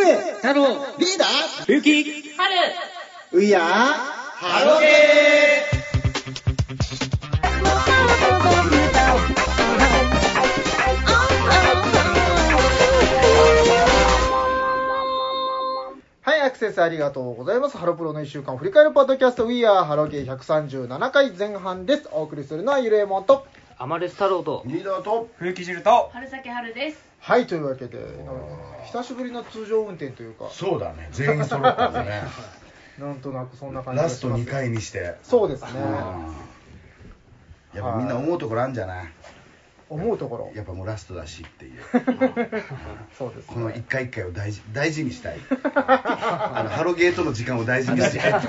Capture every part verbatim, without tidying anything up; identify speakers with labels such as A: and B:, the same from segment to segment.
A: エ
B: 太郎、
A: リーダー
B: ゆき、
C: 春、
A: ウィアーハロゲー。はい、アクセスありがとうございます。ハロプロのいっしゅうかんを振り返るポッドキャスト We Are ハロゲーひゃくさんじゅうななかい前半です。お送りするのはゆるえもんと
B: アマレス太郎と
A: リーダーと
D: 冬木汁と
C: 春先春です。
A: はい、というわけで久しぶりの通常運転というか、
D: そうだね、全員揃ったんでね
A: なんとなくそんな感じが
D: ラスト
A: します。
D: にかいにして
A: そうですね、
D: やっぱみんな思うところあるんじゃない？
A: 思うところ
D: やっぱもうラストだしっていう
A: そうですね、
D: この一回一回を大事大事にしたいあのハロゲートの時間を大事にしたい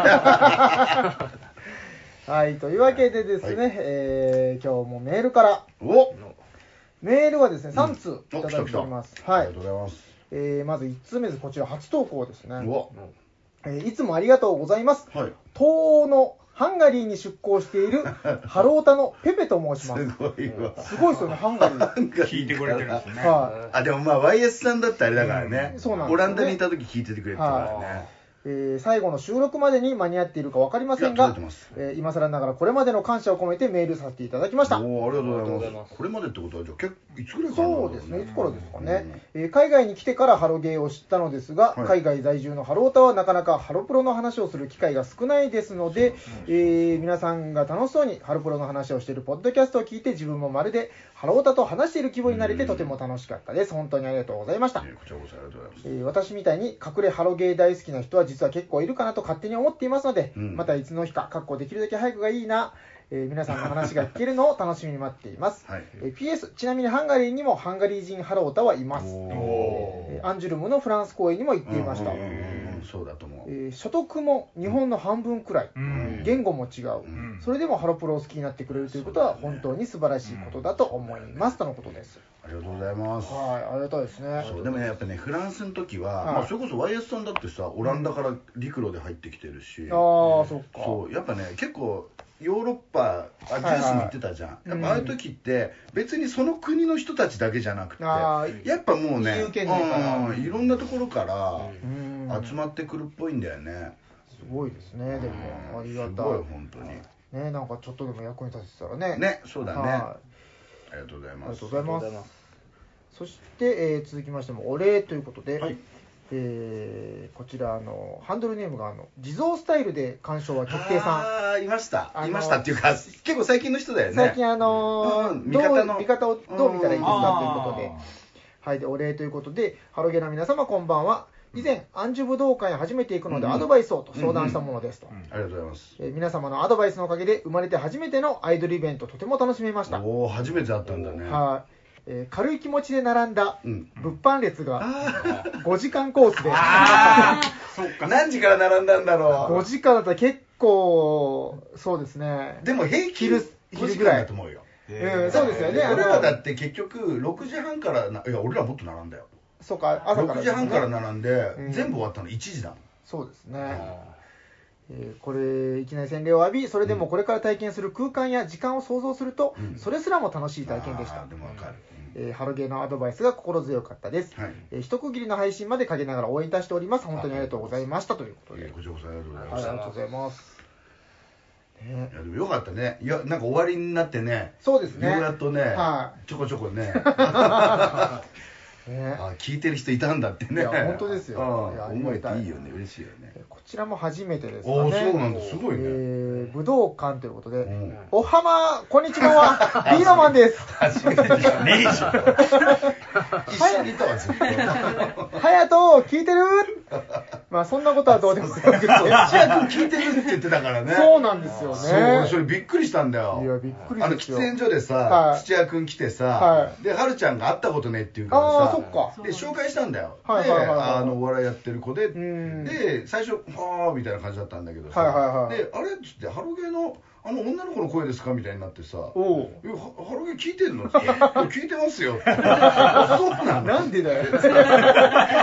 A: はい、というわけでですね、
D: はい
A: えー今日もメールから
D: お
A: メールはですねさんつう
D: お
A: いただいております。
D: 来た来た
A: はい
D: ありがとうございます。
A: えーまずいちつうめです。こちら初投稿ですね。
D: お
A: えーいつもありがとうございます。
D: はい
A: 東欧のハンガリーに出向しているハロータのペペと申しますす。
D: ごいわ
A: すごいですよね、ハンガリー。
D: 聞
E: いてくれてるんですね。
A: は
D: あでもまあ ワイエス さんだってあれだからね、
A: うんそうなんですよね
D: オランダにいた時聞いててくれてたからね、
A: いえー最後の収録までに間に合っているか分かりません
D: いや
A: が
D: 届いてます、
A: えー今更ながらこれまでの感謝を込めてメールさせていただきました。
D: おおありがとうございます。
B: ありがとうございます
D: これまでってことはじゃあ結構いつぐらいから
A: そうですね、いつ頃ですかね、えー海外に来てからハロゲーを知ったのですが、
D: はい
A: 海外在住のハロータはなかなかハロプロの話をする機会が少ないですので、えー皆さんが楽しそうにハロプロの話をしているポッドキャストを聞いて自分もまるでハロータと話している気分になれてとても楽しかったです。本当にありがとうございました。
D: えーこちらこそありがとうございます。
A: えー私みたいに隠れハロゲー大好きな人は実は結構いるかなと勝手に思っていますので、
D: うん
A: またいつの日かかっこできるだけ早くがいいな、えー皆さんの話が聞けるのを楽しみに待っています、
D: はい
A: えーピーエス ちなみにハンガリーにもハンガリー人ハロータはいます。
D: お
A: えーアンジュルムのフランス公演にも行っていました、
D: うんうんうんうんそうだと思う。
A: えー所得も日本の半分くらい、
E: うん
A: 言語も違う、
D: ん
A: それでもハロプロを好きになってくれるということは本当に素晴らしいことだと思いますとのことです。
D: ありがとうございます。
A: はい、ありがたいですね。
D: そうでもねやっぱねフランスの時は、
A: はい
D: まあ、それこそ ワイエス さんだってさオランダから陸路で入ってきてるし、
A: ああ、そっか。
D: そうやっぱね結構ヨーロッパあジュースに行ってたじゃん、
A: はい
D: やっぱああいう時って別にその国の人たちだけじゃなくて
A: あー
D: やっぱもうね
A: イーユー 圏内から
D: うんいろんなところから
A: うん
D: 集まってくるっぽいんだよね。
A: すごいですね、でもありがたい。
D: すごい本当に
A: ね、なんかちょっとでも役に立ててたらね。
D: ねそうだね、
A: はい
D: ありがとうござい
A: ありが
D: ます。
A: とうございます。
B: ありがとうございます
A: そして、えー続きましてもお礼ということで、
D: はい
A: えーこちらあのハンドルネームがあの地蔵スタイルで鑑賞は決定さん。
D: ああいました、
A: あのー
D: いましたっていうか結構最近の人だよね。
A: 最近あのー
D: うん
A: どう
D: 味方の
A: 味方をどう見たらいいですか
E: うん
A: ということで、はい、でお礼ということで、ハロゲの皆様こんばんは。以前アンジュ武道館へ初めて行くので
D: うん
A: アドバイスをと相談したものですと。
D: ありがとうございます。
A: えー皆様のアドバイスのおかげで生まれて初めてのアイドルイベントとても楽しめました。
D: おお初めて会ったんだね。
A: はい、えー軽い気持ちで並んだ
D: うん
A: 物販列が
D: あ
A: ごじかんコースで
E: あー、そうか。
D: 何時から並んだんだろ
A: ごじかんだったら結構そうですね。
D: う。でも平均
A: 昼
D: ごじ
A: 昼ぐらい
D: かんだと思うよ。
A: うんそうですよね。あ
D: 俺らだ
A: の
D: って結局ろくじはんからないや俺らもっと並んだよ。
A: そうか朝から
D: 6
A: ですね
D: 時半から並んで、
A: うん
D: 全部終わったのいちじだもん。
A: そうですね。えーこれいきなり洗礼を浴び、それでもこれから体験する空間や時間を想像すると、
D: うん
A: それすらも楽しい体験でした。
D: あーでもわかる。
A: えーハロゲーのアドバイスが心強かったです。
D: はい
A: えー一区切りの配信まで陰ながら応援いたしております。本当にありがとうございましたということで。
D: えーこちらこそありがとうござい
A: はい、
D: ました。
A: ありがとうございます。ね
D: いやでもよかったね。いやなんか終わりになってね。
A: そうですね。
D: ようやっとね、
A: は
D: ちょこちょこね。
A: い。ね
D: あ聞いてる人いたんだってね。
A: いや本当ですよ
D: うん
A: いやあり
D: 思え
A: がたい
D: ていいよね嬉しいよね。
A: こちらも初めてですかね。
D: おーそうなんだすごいね
A: えー武道館ということで、
D: うん
A: おはまこんにちはリードマンです。
D: 初めてじゃん。
E: ねえじゃん。
D: 一緒にいたわずっと。
A: ハヤト聞いてる？まあそんなことはどうでもよくて。
D: 土屋君聞いてるって言ってたからね。
A: そうなんですよね。
D: そう俺それびっくりしたんだよ。
A: いやびっくり
D: あの喫
A: ですよ。
D: 煙所でさ、
A: はい
D: 土屋君来てさ、
A: は
D: ではるちゃんが会ったことねって言うから
A: ああ
D: さ、
A: そっか。
D: で紹介したんだよ。
A: はいはいはいはい
D: であのお笑いやってる子で、
A: ん
D: で最初はあみたいな感じだったんだけどさ、
A: はいはいはい
D: であれっつってハロゲーのあの女の子の声ですかみたいになってさ、
A: おう
D: いやはハロゲー聞いてんのって言ったら聞いてますよって。そうなの。
A: なんでだよ。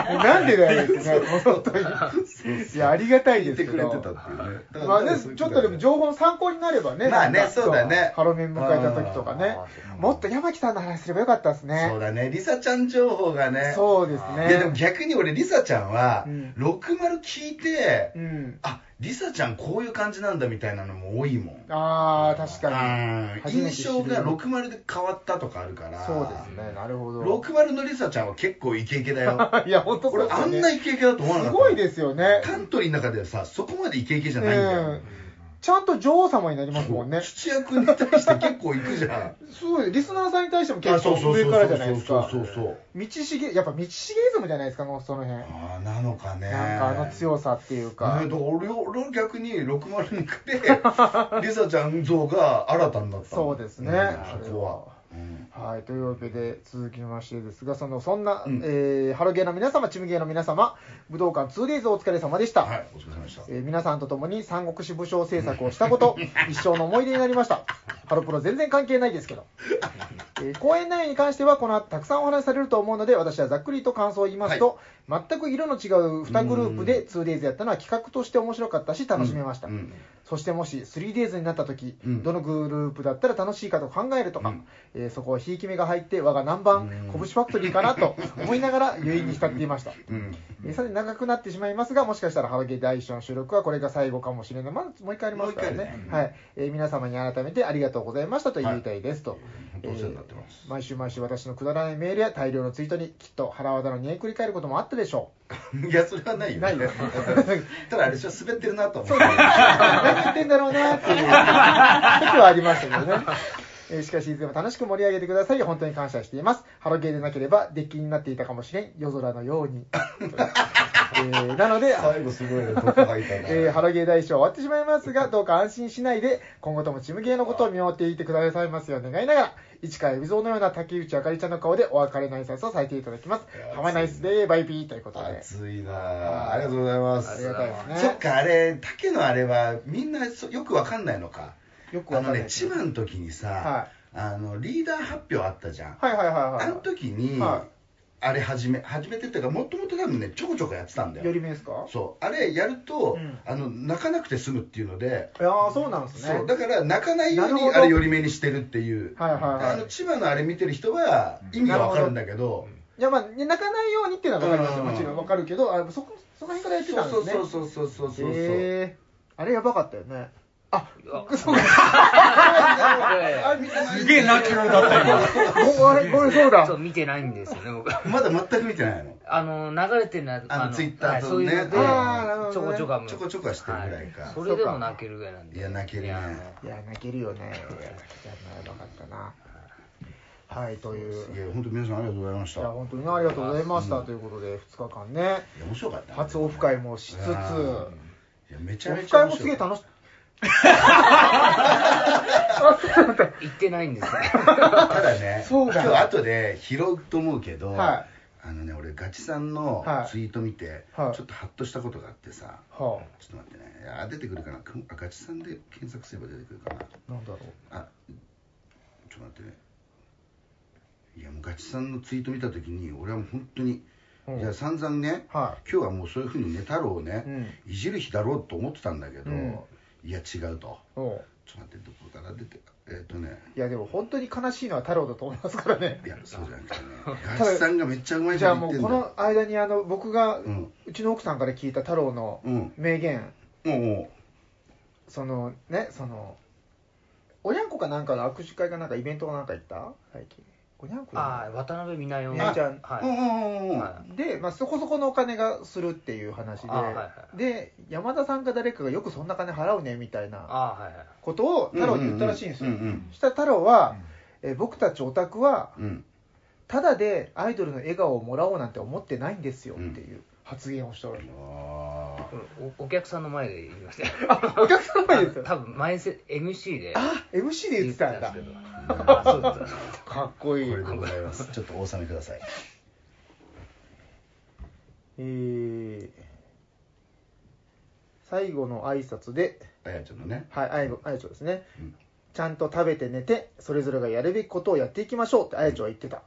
A: なんでだよってね、本当に。いや、ありがたいですけど。
D: 言ってくれてたっていうね。だから
A: まあね、ちょっとでも情報の参考になればね。
D: まあね
A: なんか
D: そうだね
A: ハロメン迎えた時とかね。もっと山木さんの話すればよかったですね。
D: そうだね、リサちゃん情報がね。
A: そうですね。
D: いやでも逆に俺、リサちゃんは
A: う、ん
D: ろくまる聞いて、
A: うん。
D: あ、リサちゃんこういう感じなんだみたいなのも多いもん。
A: ああ、確かに。
D: うん
A: 初めて知る
D: 印象がろくまるで変わったとかあるから。
A: そうですね、なるほど。
D: ろくまるのリサちゃんは結構イケイケだよ。
A: いや、本当そう
D: 俺
A: ですよね。
D: あんなイケイケだと思わなかった。
A: すごいですよね。
D: カントリーの中ではさ、そこまでイケイケじゃないんだよ。
A: うんちゃんと女王様になりますもんね。
D: 土屋君に対して結構いくじゃん。
A: すごい、リスナーさんに対しても結
D: あそう
A: 構
D: そうそうそう
A: 上からじゃないですか。
D: そうそうそう
A: 道重、やっぱ道重イズムじゃないですか、もうその辺。
D: ああ、なのかね。
A: なんかあの強さっていうか。
D: ね、だから俺俺逆にろくまるにくでリサちゃん像が新たになったの。
A: そうですね、
D: うんそこは。うん
A: はい、というわけで続きましてですが、そのそんな、
D: うん
A: えーハロゲーの皆様、チムゲーの皆様、武道館 ツーデイズ お疲れ様でした。
D: はい、お疲れ様でした。
A: えー皆さんと共に三国志武将制作をしたこと一生の思い出になりました。ハロプロ全然関係ないですけど、えー公演内容に関してはこの後たくさんお話しされると思うので、私はざっくりと感想を言いますと、全く色の違うにグループで ツーデイズ やったのは企画として面白かったし楽しめました。
D: うんうん
A: そしてもし スリーデイズ になった時、
D: うん
A: どのグループだったら楽しいかと考えるとか、
D: うん
A: えーそこはひいき目が入って我が南蛮、
D: うん
A: 拳ファクトリーかなと思いながら余韻に浸っていました。
D: うん
A: えーさて長くなってしまいますが、もしかしたらハロゲー第一章の収録はこれが最後かもしれない。まあ、もう一回ありますからね。
D: もう一回ですね
A: はい、えー皆様に改めてありがとうございましたと言いたいですと。
D: 本当お世話になってます
A: えー毎週毎週私のくだらないメールや大量のツイートにきっと腹渡の煮えくり返ることもあったでしょ
D: いや、それはないよ。
A: ないです
D: ただあれでしょ、滑ってるなと思って。
A: う。何言ってんだろうなっていう時はありましたけどね。えーしかしいつでも楽しく盛り上げてください。本当に感謝しています。ハロゲーでなければデッキになっていたかもしれん。夜空のように。えーなので、
D: 最後すごいね、どこ入ったな。
A: えーハロゲー大賞終わってしまいますが、どうか安心しないで、今後ともチムゲーのことを見守っていてくださいますよう願いながら、市川海老蔵のような竹内あかりちゃんの顔でお別れの挨拶をさせていただきます。ハマナイスデーバイピーということで。
D: 熱いなぁ。ありがとうございます。
A: ありがたいですね
D: そっか、あれ、竹のあれは、みんなそよくわかんないのか。
A: よくわかんない
D: あのね、千葉の時にさ、
A: は
D: あの、リーダー発表あったじゃん。
A: はいはいはいはい。
D: あの時に、
A: は
D: あれ始め、始めてっていうか、もともと多分ね、ちょこちょこやってたんだ
A: よ
D: よ。
A: り目ですか？
D: そう。あれやると、
A: うん
D: あの、泣かなくて済むっていうので、
A: いやーそうなんですね。
D: そう。だから、泣かないように、
A: なるほど
D: あれ寄り目にしてるっていう。
A: はいはいはい
D: あの、千葉のあれ見てる人は、意味がわかるんだけど、
A: いやまあ、泣かないようにっていうのはわかりますよ。
D: うん
A: もちろんわかるけど、あそこ、その辺からやってたんですね。
D: そうそうそうそうそうそう。
A: へーあれやばかったよね。あ、そう
E: すげえナチュラルだった今。
A: ごめん、ごめん、そうだ。
B: そう見てないんですよね僕
D: まだ全く見てないの。
B: あの流れてるのは
D: あのツイッターとね
B: そういうので
A: あーなるほどね
B: ちょこちょこは
D: ちょこちょこはしてるぐらいか
B: はそれでも泣けるぐらいなんで
D: いや泣けるね
B: いやあの
A: いや、泣けるよね。いや、やばかったな。はい、という。
D: いや本当皆さんありがとうございました。
A: いや、本当にありがとうございました。ということで、ふつかかんね、
D: いや面白かったね。
A: 初オフ会もしつつ、
D: いやめちゃ
A: オ
D: めちゃ面
A: フ会もすげえ
D: 白い。
A: 楽し
B: 行ってないんですね
D: ただね、
A: そうだ
D: 今日後で拾うと思うけど、
A: は
D: あのね俺ガチさんの
A: はい
D: ツイート見て、
A: はい
D: ちょっとハッとしたことがあってさ、
A: は
D: ちょっと待ってね、いや出てくるかな、くあガチさんで検索すれば出てくるかな。
A: あ、なんだろう。
D: あ、ちょっと待ってね。いやもうガチさんのツイート見たときに俺はもう本当に、
A: うん
D: いや散々ね、
A: は
D: 今日はもうそういうふうにね太郎をね、
A: うん
D: いじる日だろうと思ってたんだけど、
A: うん
D: いや違うと。
A: おう
D: ちょっと待って、どこから出てえーっ、とね、
A: いや、でも本当に悲しいのは太郎だと思いますからね
D: い。やそうじゃなくてね、ガチさんがめっちゃうまい
A: じゃあもうこ
D: こと言ってんだよ。
A: の間にあの僕が
D: うん
A: うちの奥さんから聞いた太郎の
D: うん
A: 名言、
D: もうも
A: そのね、そのおにゃんこかなんかの握手会かなんかイベントかなんか行った最近。おにゃんこ
B: ああ渡辺美奈代
A: 美奈ちゃん
B: は
D: う、うんうんうんうん、
B: は
A: で、まあ、そこそこのお金がするっていう話で、
B: あはいはい
A: で山田さんか誰かがよくそんな金払うねみたい
B: い、
A: な
B: ああはいはい
A: ことを太郎に言ったらしいんですよ。
D: うんうんうん
A: そしたら太郎は、えー僕たちオタクは
D: うん
A: ただでアイドルの笑顔をもらおうなんて思ってないんですよっていう発言をしたらしい。
D: あ
B: おお客さんの前で言いましたよ
A: あ、お客さんの前ですよ。
B: 多分前せ エムシー で
A: あ、エムシー で言ってたんだ。
B: 言ってたんですけどあそうです
A: かっこいい。
D: ーこれでございます。ちょっとお納めください。
A: えー、最後の挨拶で、
D: あやちゃんのね。
A: はい、あやあやちょですね、
D: うん
A: ちゃんと食べて寝て、それぞれがやるべきことをやっていきましょうってあやちょは言ってた。
D: うん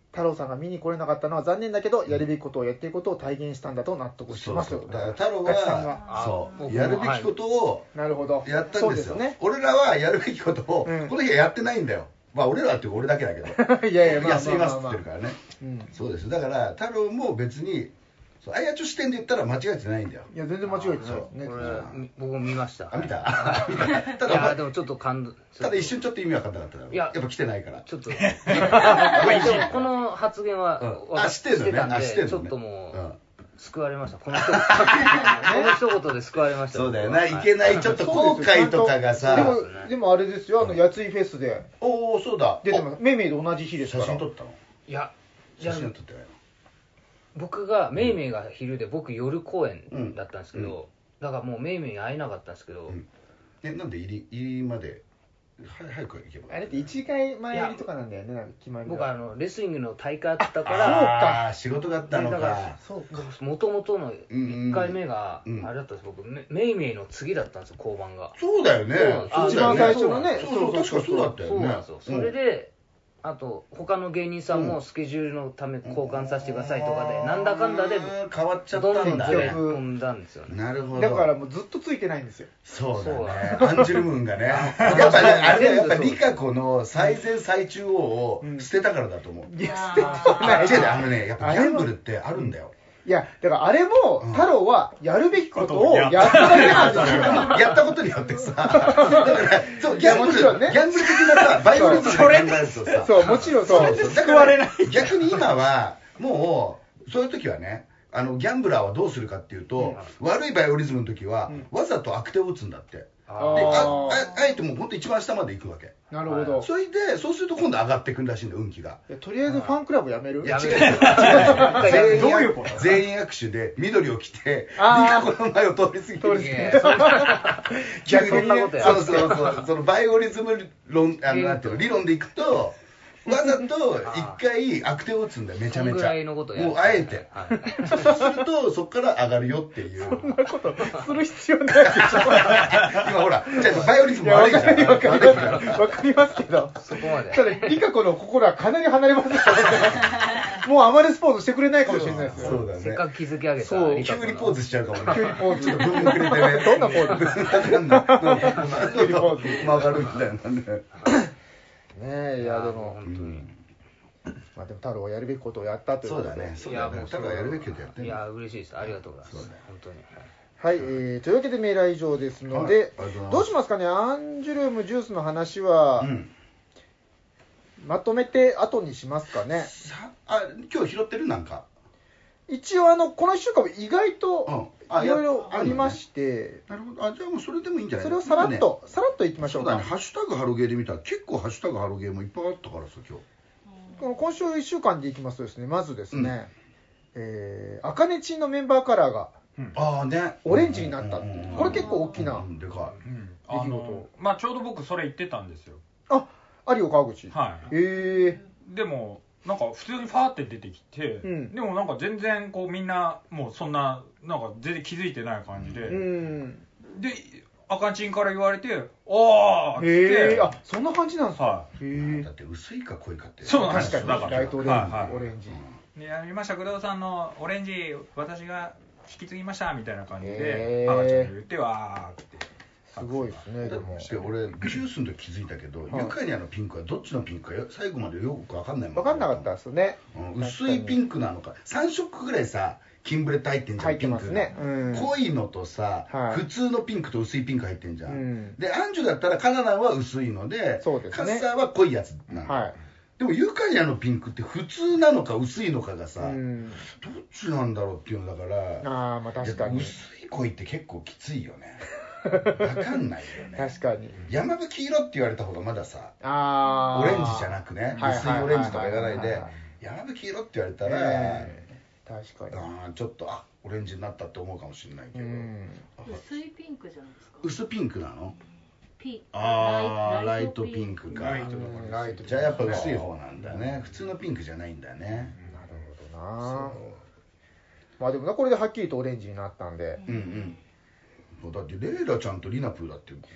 A: 太郎さんが見に来れなかったのは残念だけど、やるべきことをやっていることを体現したんだと納得してます。
D: そうそうだから太郎
A: ガチさんが
D: はそうやるべきことを
A: なるほど
D: やったんですよ。
A: そうですね。
D: 俺らはやるべきことを、
A: うん
D: この日はやってないんだよ。まあ俺らっていうか俺だけだけど
A: いやいや、まあ
D: 休みますって
A: まあまあ
D: 言ってるからね、
A: うん
D: そうです。だから太郎も別にそうあやちょ視点で言ったら間違えてないんだよ。
A: いや、全然間違えてないよね。
B: これ僕も見ました。
D: あ見た見たた
B: いや
D: だ
B: でもちょっと感動。
D: ただ一瞬ちょっと意味わかんなかっただろ。
B: いや
D: やっぱ来てないから
B: ちょっと。でもこの発言は
D: うん
B: わか
D: あ知ってんのね
B: たん
D: あ知ってんのね
B: で、ちょっとも
D: うん
B: う救われました。この一言この一言で救われました。
D: そうだよな、
B: 僕はい
D: けないちょっと後悔とかがさ
A: でも、でもあれですよ、あの、やついフェスで
D: おおそうだ
A: 出てます。めいめいと同じ日ですから。
D: 写真撮ったの
B: いや、いや
D: 写真は撮ってないの
B: 僕がめいめいが昼で僕夜公演だったんですけど、だからもうめいめいに会えなかったんですけど、
D: うんえなんで入り入りまでは早く行けば
A: あれっていちかいまえ入りとかなんだよね、なんか決まりが。
B: 僕はあのレスリングの大会あったか
A: そう
B: ら、
A: か
D: あー仕事があったの
B: だから
D: か
A: そうか。
B: もともとのいっかいめが
D: うん
B: あれだったんです。僕めめいめいの次だったんですよ、交番が。
D: そうだよね
B: そうなんです
D: そうだよね
A: 一番最初のね
D: そうそう確かそうだったよね
B: そうなんですよ。それで、あと他の芸人さんもスケジュールのため交換させてくださいとかで、なんだかんだで
D: あー変わっちゃっ
B: どんどん
D: たんだね
B: ずれ込んだんですよね。
D: なるほど
A: だからもうずっとついてないんですよ。
D: そうだ
B: そう
D: ねアンジュルムーンがねやっぱねあれだよやっぱリカ子の最善最中央を捨てたからだと思う
A: いや、捨ててない。
D: 違う違うあのねやっぱギャンブルってあるんだよ
A: いや、だからあれも、
D: うん
A: 太郎はやるべきことをやっただけなんですよ。
D: やったことによってさ、だから、そう、ギャンブル、
A: もちろんね
D: ギャンブル的なさ、バイオリズムで考えるとさ、
A: そう、もちろんそう。
D: そうそうだから逆に今は、もう、そういう時はね、あの、ギャンブラーはどうするかっていうと、悪いバイオリズムの時は、わざと悪手を打つんだって。で、あああえてもう本当一番下まで行くわけ。
A: なるほど。
D: それで、そうすると今度上がっていくんらしいんだよ、運気が。
A: いやとりあえずファンクラブやめる
B: やめる
D: 全員
E: どういうこと
D: 全員握手で緑を着て、リ
A: あー
D: カ子の前を通り過ぎて
A: 通り過ぎて
B: いやそんな
D: 逆にね
B: そんなことや
D: そうそうそうそのバイオリズム論あのなんていうの理論でいくとわざと一回悪手を打つんだよめちゃめちゃ
B: そんぐらいのことや
D: もうあえて、
B: はい
D: そうするとそこから上がるよっていう
A: そんなことする必要ないでしょ。
D: 今ほらじゃあバイオリズ
A: いや、わ
D: ム悪いじゃん
A: かりわかり
D: 悪いから
A: ます。わかりますけど。
B: そこまで
A: ただ、リカ子の心はかなり離れますよね。もうあまりスポーツしてくれないかもしれないですよ。
D: そうだね
B: せっかく築き上げた
A: そう
B: リカ子の
D: 急にポーズしちゃうかもね
A: 急にポーズ
D: ちょっと文遅れてね
A: どんなポーズ
D: わかんない
A: 急にポーズ
D: 曲がるみたいなね
A: ねえ、いや、でも、
B: 本当に
A: まあでも太郎はやるべきことをやったということで。
D: そうだねそうだねただやるべきことやってんの
B: いや嬉しいです。ありがとうございます。本当に。
A: はい、えー、というわけでメールは以上ですので、
D: はいありがとうございます
A: どうしますかね、アンジュルームジュースの話は、
D: うん
A: まとめて後にしますかね。
D: さあ今日拾ってるなんか
A: 一応あの、このいっしゅうかんも意外と
D: うんあ
A: いろいろ
D: や
A: ありまして、
D: なるほどあじゃあもうそれでもいいんじゃない
A: それをさらっと、さらっといきましょか。
D: そううだねハッシュタグハロゲーで見たら結構ハッシュタグハロゲーもいっぱいあったからさ今日
A: この今週いっしゅうかんでいきますとですね、まずですね、えー、あかねちんのメンバーカラーが、
D: ああね
A: オレンジになったっていう
D: うん
A: これ結構大きな
D: うんでか
E: うん
A: 出来事
E: あのまあちょうど僕それ言ってたんですよ。
A: あ、有岡川口。
E: はい
A: へえ
E: でもなんか普通にファーって出てきて、
A: うん
E: でもなんか全然こうみんなもうそんななんか全然気づいてない感じで、
A: ー。うん。
E: で赤チンから言われて「おー!」っつって、
A: へえ、あ、そんな感じなんですか。
E: は
A: へえ。
D: だって薄いか濃いかって
E: そうなんです
A: 確かに、
E: よだから
A: ライトオレンジ、
E: はいはい
A: オレンジ。
E: でやりました工藤さんのオレンジ私が引き継ぎましたみたいな感じ
A: へ
E: で
A: ー
E: 赤ちゃんが言ってわーって
A: すごいですね、でも。
D: で俺ジュースの時気づいたけど、
A: はい
D: ユカニアのピンクはどっちのピンクかよ最後までよく分かんないもん
A: 分かんなかったですね。
D: うん薄いピンクなのかさん色ぐらいさキンブレット入ってんじゃん
A: 入ってますね
D: ピンクが
A: うん
D: 濃いのとさ、
A: はい
D: 普通のピンクと薄いピンク入ってんじゃん、
A: うん
D: でアンジュだったらカナダンは薄いので
A: そうですね
D: カッサーは濃いやつなの、
A: はい。
D: でもユカニアのピンクって普通なのか薄いのかがさ、
A: うん。
D: どっちなんだろうっていうのだから
A: ああ、まあ確かに
D: いや。薄い濃いって結構きついよね分かんないよね
A: 確かに。
D: 山吹色って言われた方がまださ
A: ああ。
D: オレンジじゃなくね
A: はい
D: 薄いオレンジとか言わないで
A: はいはいはいはい
D: 山吹色って言われたら、
A: えー確かに。
D: あーちょっとあオレンジになったって思うかもしれないけど、
A: うん。
C: 薄いピンクじゃないですか。
D: 薄ピンクなの
C: ピ
D: ああライトピンクか
E: ライト
A: うんライト
D: じゃあやっぱ薄い方なんだね普通のピンクじゃないんだね
A: なるほどな。まあでもな、これではっきりとオレンジになったんで。
D: うんうんもうだってレイラちゃんとリナプーだって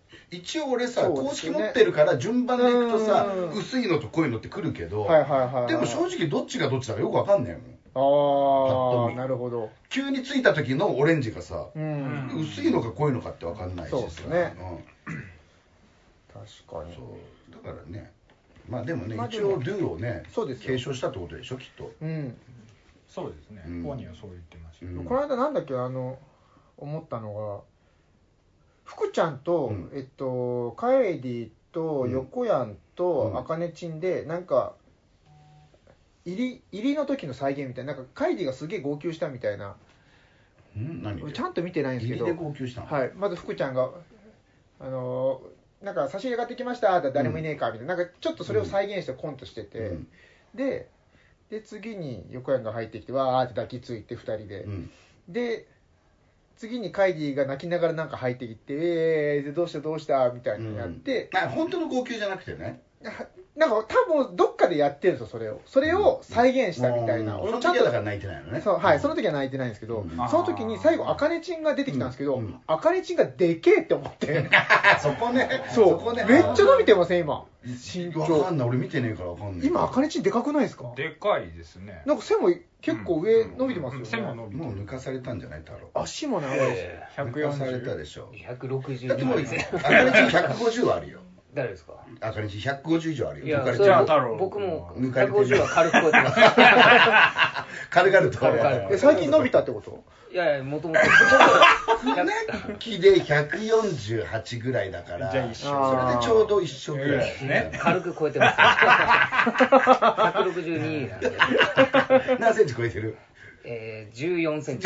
D: 一応俺さ、
A: そう
D: 公
A: ですよね
D: 式持ってるから順番でいくとさ
A: うん
D: 薄いのと濃いのってくるけど、
A: はいはいはいはい
D: でも正直どっちがどっちだかよくわかんないもん。
A: あ
D: ぱっと
A: あ
D: 見
A: なるほど。
D: 急についた時のオレンジがさ、
A: うん
D: 薄いのか濃いのかってわかんないしさ。
A: そうですね
D: うん
A: 確かに。
D: そうだからね、まあでもね、
A: まあでも
D: 一応ドゥをね
A: そうですよ
D: 継承したってことでしょきっと。
A: うん
E: そうですね、
D: うん
E: 本人はそう言ってました、
D: うん
A: この間なんだっけあの思ったのが福ちゃんと、
D: うん
A: えっとカエディと
D: うん
A: 横やんと
D: うん
A: あかねちんでなんか入り入りの時の再現みたいな、なんかカエディがすげえ号泣したみたいな、
D: ん何で
A: ちゃんと見てないんですけど、
D: 入りで号泣したの。
A: はい、まず福ちゃんがあのーなんか差し入れ買ってきましたって誰もいねえかみたいな、なんかちょっとそれを再現してコントしてて、
D: うん
A: でで次に横山が入ってきてわーって抱きついてふたりで、
D: うん
A: で次にカイディが泣きながらなんか入ってきてえー、どうしたどうしたみたいにやって、
D: あ本当の号泣じゃなくてね。
A: なんか多分どっかでやってるんですよそれをそれを再現したみたいな、
D: うんその
A: 俺ちゃんと
D: 時はだから泣いてないのね。
A: そうはい、その時は泣いてないんですけど、
D: うん
A: その時に最後あかねちんが出てきたんですけど、
D: うんうん
A: あかねちんがでけえって思って
D: そこね。
A: そう
D: こね。
A: めっちゃ伸びてません今身長。
D: わかんない、俺見てねえからわかんない。
A: 今あかねちんでかくないですか？
E: でかいですね。
A: なんか背も結構上伸びてますよね、
E: うん背も伸びてる。
D: もう抜かされたんじゃない太郎。
A: 足も長いし、
B: え
D: 抜かされたでしょ。
B: ひゃくろくじゅう
D: だってもう、
B: ですね。
D: あかねちんひゃくごじゅうはあるよ。
B: 誰ですか？
D: あかねちんひゃくごじゅう以上あるよ。
B: いや
D: 抜かれてる
B: それは
E: じゃあ太郎
B: 僕も
D: 抜かれてる
B: ひゃくごじゅうは軽く超えてます。
D: 軽々と。
B: 軽々
A: え最近伸びたってこと？
B: いやいや、もともと。
D: 船木でひゃくよんじゅうはちぐらいだから、
E: じゃあ一緒
D: それでちょうど一緒ぐらい。
E: ね
B: 軽く超えてます。ひゃくろくじゅうになんで。
D: 何センチ超えてる？
B: えー、じゅうよんセンチ。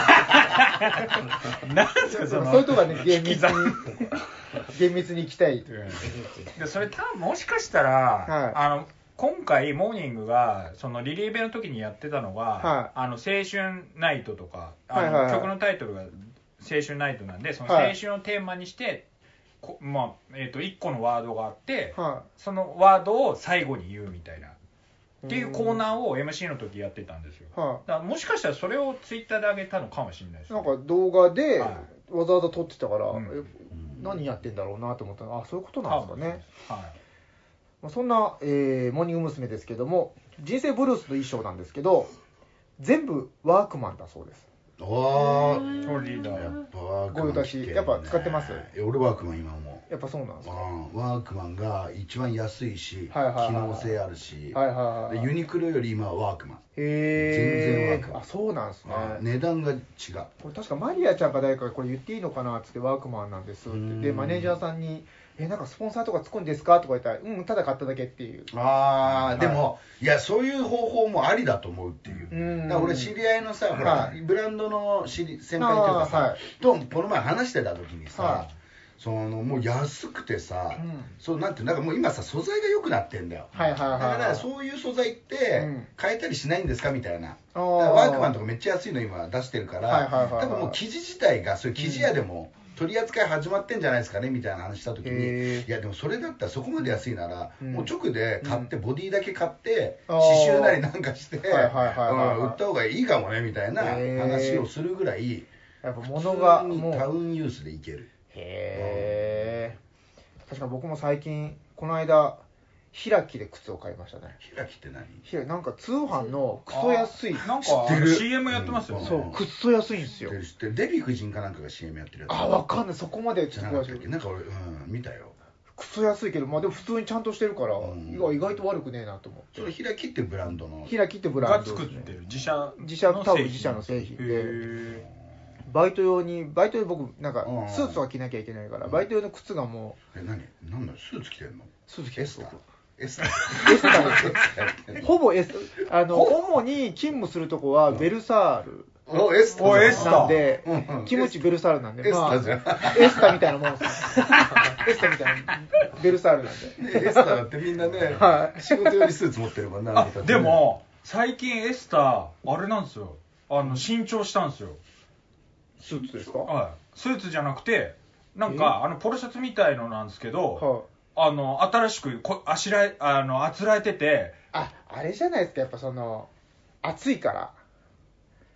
E: なんですかその
A: そういうとこはね厳密に厳密に行きたい。
E: でそれ多分もしかしたら、
A: はい
E: あの今回モーニングがそのリリーベの時にやってたのが、
A: はい
E: あの青春ナイトとかあの、
A: はいはいはい
E: 曲のタイトルが青春ナイトなんでその
A: はい
E: 青春をテーマにして、こまあえー、といっこのワードがあって、
A: は
E: そのワードを最後に言うみたいなっ
A: い。
E: ていうコーナーを エムシー の時やってたんですよ。
A: は
E: だからもしかしたらそれをツイッターで上げたのかもしれないです
A: い。
E: ね。
A: なんか動画で
E: は
A: わざわざ撮ってたから、
E: うん
A: え何やってんだろうなと思ったら、あそういうことなんですかね。
E: は
A: まあそんな、えーモーニング娘。ですけども、人生ブルースの衣装なんですけど、全部ワークマンだそうです。
D: お
E: い。
D: ー、
E: トリーダ
D: や
E: ー。
D: っぱワークマン
A: ご用達やっぱ使ってます？
D: いや俺ワークマン今も
A: やっぱそうなんですか？
D: うん、ワークマンが一番安いし、
A: はいはいはいはい
D: 機能性あるし、
A: はいはいはいはい。
D: でユニクロより今はワークマン、
A: へー
D: 全然ワークマン
A: あそうなんですね。
D: 値段が違う。
A: これ確かマリアちゃんか誰かがこれ言っていいのかなっつってワークマンなんですって
D: うん
A: でマネージャーさんに「えなんかスポンサーとかつくんですか?」とか言ったら「うんただ買っただけ」っていう。
D: ああ、でもいやそういう方法もありだと思うっていう。
A: うん
D: だから俺知り合いのさ、ほら、
A: はい
D: ブランドの知り先輩っていうかさ、
A: あーはい
D: とこの前話してた時にさ、
A: は
D: そのもう安くてさ、
A: うん
D: そうなんていうなんかもう今さ素材が良くなってんだよ。
A: はいはいはいはい
D: だからそういう素材って
A: うん
D: 変えたりしないんですかみたいな。
A: あー
D: だからワークマンとかめっちゃ安いの今出してるから、
A: はいはいはいはい
D: 多分もう生地自体がそういう生地屋でも取り扱い始まってんじゃないですかねみたいな話した時に、
A: へー
D: いやでもそれだったらそこまで安いなら、
A: うん
D: もう直で買って、ボディだけ買って
A: あー
D: 刺繍なりなんかして、
A: はいはいはいはいはい
D: うん売った方がいいかもねみたいな
A: へー
D: 話をするぐらい
A: やっぱ物が
D: 普通に
A: もう
D: タウンユースでいける。
A: へえ確か僕も最近この間開きで靴を買いましたね。
D: 開きって何？
A: 開きなんか通販のクソ安い
E: なんか
D: 知ってる
E: シーエム やってますよね。
A: そうクソ安いんですよ。
D: 知ってる知ってる。デヴィ夫人かなんかが シーエム やってるやつ。
A: あわかんないそこまでち
D: じ
A: ょっと詳しい
D: ゃなかったっけ？なんか俺うん見たよ。
A: クソ安いけどまあでも普通にちゃんとしてるから、
D: うん
A: 意外意外と悪くねえなと思って
D: それ開きってブランドの。
A: 開きってブラ
E: が
A: ンドですね
E: 作ってる自社
A: 自社多分自社の製品で
E: へ
A: バイト用にバイトで僕なんか
D: うん
A: スーツとか着なきゃいけないからバイト用の靴がも
D: え何？なんだスーツ着てんの？
A: うスーツ着てる
D: エスター？エスター？
A: エスターですほぼエスあの主に勤務するとこはベルサール
D: おエスター。
E: おエスター
A: なんで
D: うんうん
A: キムチベルサールなんで
D: エスターじゃん
A: まあエスタみたいなもんですねエスタみたいなベルサールなんで
D: ねエスターだってみんなね、
A: はい
D: 仕事用にスーツ持ってるもんな。
E: あでも最近エスターあれなんですよあの新調したんですよ。
A: スーツですか
E: はいスーツじゃなくてなんかあのポロシャツみたいのなんですけど、
A: はい
E: あの新しくこあしらえあのあつらえてて
A: ああれじゃないですかやっぱその暑いから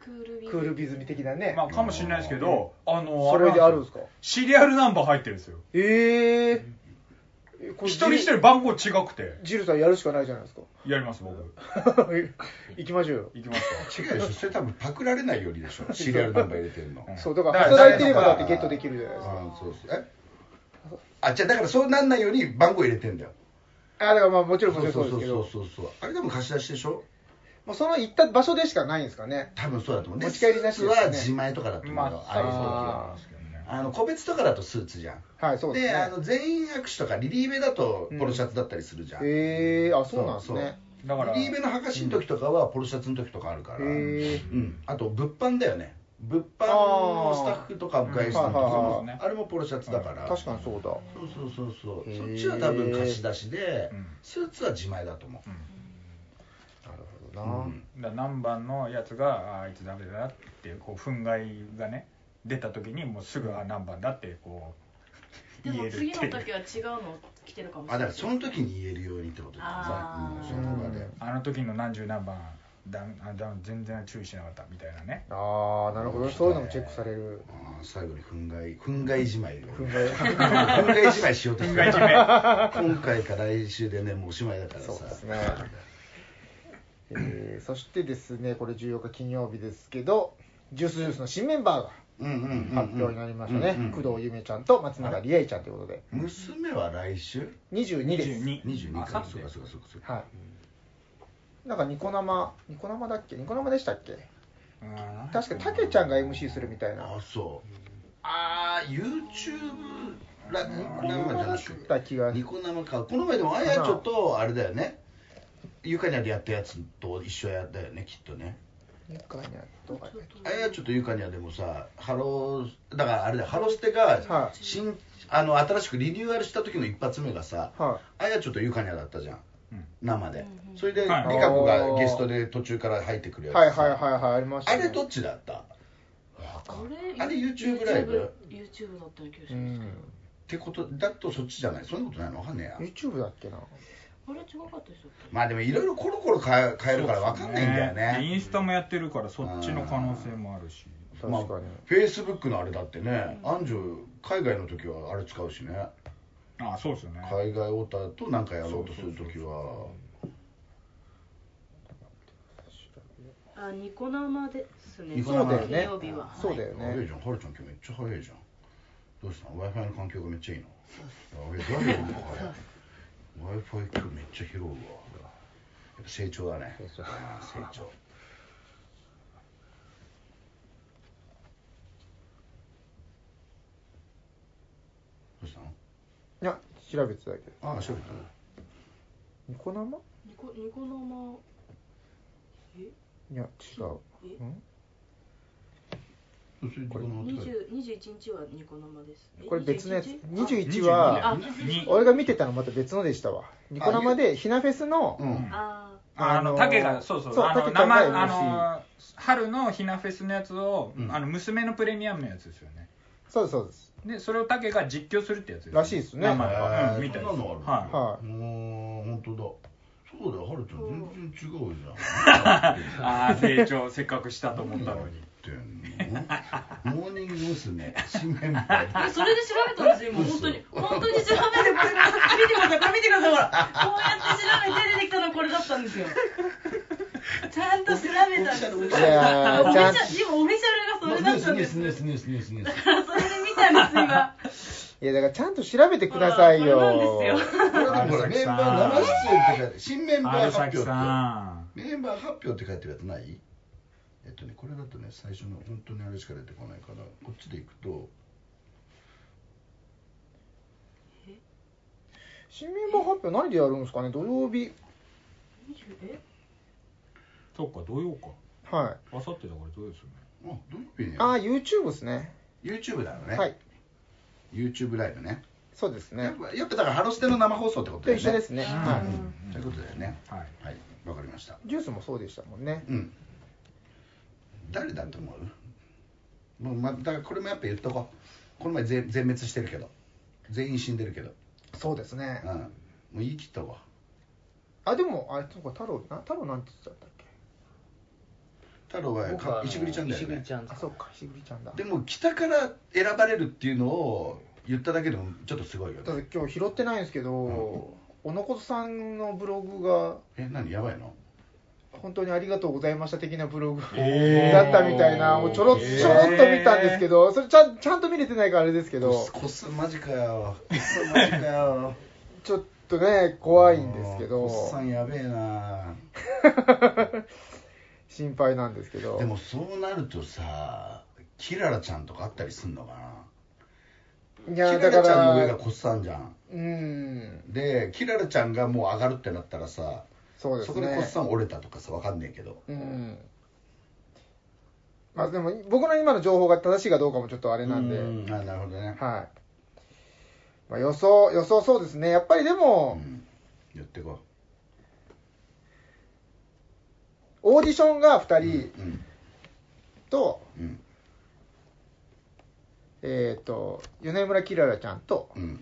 C: クールビズ
A: クールビズミ的なね。
E: まあかもしれないですけど、あの
A: それであるんですか？
E: シリアルナンバー入ってるんですよ。
A: ええー。これ
E: 一人一人番号違くて。
A: ジルさんやるしかないじゃないですか。
E: やります僕。
A: 行きましょうよ。
E: 行きます
D: 違うでしょ、それ多分パクられないようにでしょ、シリアルナンバー入れてるの。
E: うん
A: そう、だから
E: だから
A: 働いてればだってゲットできるじゃないですか。
D: あそうそう。えあ、じゃあだからそうなんないように番号入れてんだよ。
A: あ、だからまあもちろんもちろん
D: そう
A: そうですけど、
D: そうそうそうそう。あれでも貸し出しでしょ。
A: もうその行った場所でしかないんですかね。
D: 多分そうだと思う。
A: 持ち帰りなしですね
D: スーツは自前とかだと思うよ。
E: まあ
D: ああいう時
A: あ
D: は
E: ですけどね。
D: あの個別とかだとスーツじゃん。
A: はい、そうですね。
D: で、あの全員握手とかリリーベだとポロシャツだったりするじゃん。
A: ええー、あ、そうなんです
D: そう
A: ね。
E: だから
D: リリーベのはかしの時とかはポロシャツの時とかあるから。
A: へえ
D: うん。あと物販だよね。物販のスタッフとか外出の時
A: あーはいはい
D: も
E: はい
D: あれもポロシャツだから。
A: 確かにそうだ。
D: そうそうそうそう。
A: へー
D: そっちは多分貸し出しで
E: うん、
D: スーツは自前だと思う。
E: うん
A: なるほどな。
D: うん
E: だから何番のやつがああいつダメだなってこう憤慨がね出た時にもうすぐあ何番だってこう
C: でも
E: 言えるっていう。
C: 次の時は違うの来てるかもし
D: あ、
C: れない
D: だからその時に言えるようにってことだよね。
C: あー
D: うん、その場で。
E: あの時の何十何番だあだ全然注意しなかったみたいなね。
A: ああ、なるほど。そういうのもチェックされる。
D: あー最後に憤慨憤慨じまい
A: 憤慨
D: 憤慨じまいしようとしてる
E: 憤慨じめ
D: 今回か来週でねもうおしまいだからさ
A: そうですね。えー、そしてですね、これじゅうよっか金曜日ですけど、ジュースジュースの新メンバーが
D: うんうんうんうん
A: 発表になりましたね。
D: うんうん
A: 工藤ゆめちゃんと松永理恵ちゃんということで。
D: 娘は来週
A: にじゅうにです。
E: に
D: にじゅうにか
E: あさって
D: そうかそうかそうかそうか
A: はい。なんかニコ生、ニコ生だっけニコ生でしたっけ
E: うん
A: 確かたけちゃんが エムシー するみたいな。
D: あそうあー YouTube ラニコ生じゃなくて
A: た気が。
D: ニコ生かこの前でもあやちょっとあれだよねゆかにゃでやったやつと一緒やったよねきっとね
A: ニコにゃとかね。
D: あやちょっとゆかにゃでもさハローだからあれだよハロステが
A: はい
D: 新あの新しくリニューアルした時の一発目がさ
A: は
D: あやちょっとゆかにゃだったじゃん
E: うん
D: 生で
C: うんうん
D: それでリ
E: はい
D: カ子がゲストで途中から入ってくる
A: い。
D: やつ
A: はいはいはいはい、ありましたね。
D: あれどっちだった
C: あれ
D: あれ YouTube ライブ
C: YouTube だったような気がし
A: う
C: ます、
A: ん。
D: ってことだとそっちじゃないそんなことないのわかんねえや
A: YouTube だっけな。
C: あれ違かったでしょ
D: まあでもいろいろコロコロ変え変えるからわかんないんだよ
E: でイ
D: ね
E: ンスタもやってるからそっちの可能性もあるし。
A: 確かに。
D: フェイスブックのあれだってねアンジュ海外の時はあれ使うしね
E: ああそうですよね。
D: 海外オタと何かやろうとする時は
C: あ、ニコ生ですね。
D: ニコ
A: そうだよね
C: 金曜日は。
A: そうだよね。
D: 早いじゃんはるちゃん今日めっちゃ早いじゃんどうしたの Wi-Fi の環境がめっちゃいいのあれ誰よりも早い Wi-Fi 今日めっちゃ拾うわやっぱ成長だね
A: 成長
D: ああ成長どうしたの
A: いや、調べてただけ。
D: ああ調べた
A: ニコ生
C: ニコニコ生。え？
A: いや、違う。
C: え
A: ん
D: これ
C: 二十二十一日はニコ生です。え
A: これ別のやつ。
C: にじゅういち
A: にじゅういちは、
C: あ、
E: に
A: 俺が見てたのまた別のでしたわ。ニコ生でひなフェスの、
D: うん
C: あ
E: あの竹がそうそうあの
A: 竹ちゃんが
E: 生
A: エムシー
E: あの春のひなフェスのやつを、
D: うん
E: あの娘のプレミアムのやつですよね。
A: そうですそうです。
E: でそれを竹が実況するってやつです、
A: らしいですね
E: 生で、
D: へー
E: うん、みたいです。
D: そんなのある
E: はい。
A: は
D: もう本当だそうだよはるちゃん全然違うじゃん
E: ああ成長せっかくしたと思ったのに。
D: ってんのモーニング娘。新メンバー
C: あ。それで調べたんですよ今本当に本当に調べてこれ見てくださいこれ見てくださいほらこうやって調べて出てきたのこれだったんですよ。ちゃんと調べたんですよ。
A: いやー
C: オフィ
A: ちゃん
C: シャル今オフィシャルがそれだったんです。
D: ニュースニュースニュースニュースニュースニュース
C: だからそれで見たんです今。
A: いや、だからちゃんと調べてくださいよ。
C: ほらこれなんですよ
D: これでもほらメンバー生出演って書いて新メンバー
E: 春
D: 発表って
E: 崎さん。
D: メンバー発表って書いてるやつないえっとねこれだとね最初の本当にあれしか出てこないからこっちでいくと
A: 新メンバー発表何でやるんですかね土曜日。
C: え
E: そっか土曜か。
A: はい。
E: あさってだから土曜ですよね。
D: あ土曜日に
A: ああ、YouTube ですね。
D: YouTube だよね、
A: はい。
D: YouTube ライブね
A: そうですね
D: やっ。ぱやっぱだからハロステの生放送ってことだよね
A: と一緒ですね。
E: うん
A: は
D: うんそういうことだよね
E: はい。
D: はいわかりました
A: い。ジュースもそうでしたもんね。
D: うん誰だと思うもう、ま、だからこれもやっぱ言っとこうこの前全全滅してるけど全員死んでるけど
A: そうですね
D: うん。もう言い切ったわ
A: あ、でも、あれ、そうか、太郎、な太郎なんて言ってたんだっけ
D: 太郎は
B: 僕はあの
D: 石栗ちゃんだよね。
B: 石栗ちゃん
A: あ、そっか、石栗ちゃんだ。
D: でも北から選ばれるっていうのを言っただけでもちょっとすごいよ
A: だっ
D: ね。
A: て今日拾ってないんですけど、小野ことさんのブログが
D: え、何やばいの？
A: 本当にありがとうございました的なブログ
E: えー
A: だったみたいな、もうちょろっちょろっと見たんですけど、それちゃんちゃんと見れてないからあれですけど、
D: こっさんマジかよ。こっさんマジかよ。
A: ちょっとね怖いんですけど、
D: こっさんやべえな。
A: 心配なんですけど。
D: でもそうなるとさ、キララちゃんとかあったりすんのかな。
A: いや
D: キララちゃんの上が
A: ら
D: こっさんじゃん。
A: うん
D: でキララちゃんがもう上がるってなったらさ、
A: そうですね。
D: そこでこっさん折れたとかさ、わかんねえけど。
A: うんまあでも僕の今の情報が正しいかどうかもちょっとあれなんで、
D: うん、あ、なるほどね。
A: はい。まあ、予想予想そうですね。やっぱりで
D: う
A: も、
D: ん、言ってこ
A: オーディションがふた
D: う。
A: り
D: うん
A: と、
D: うん
A: えっ、と米村キララちゃんと
D: うん。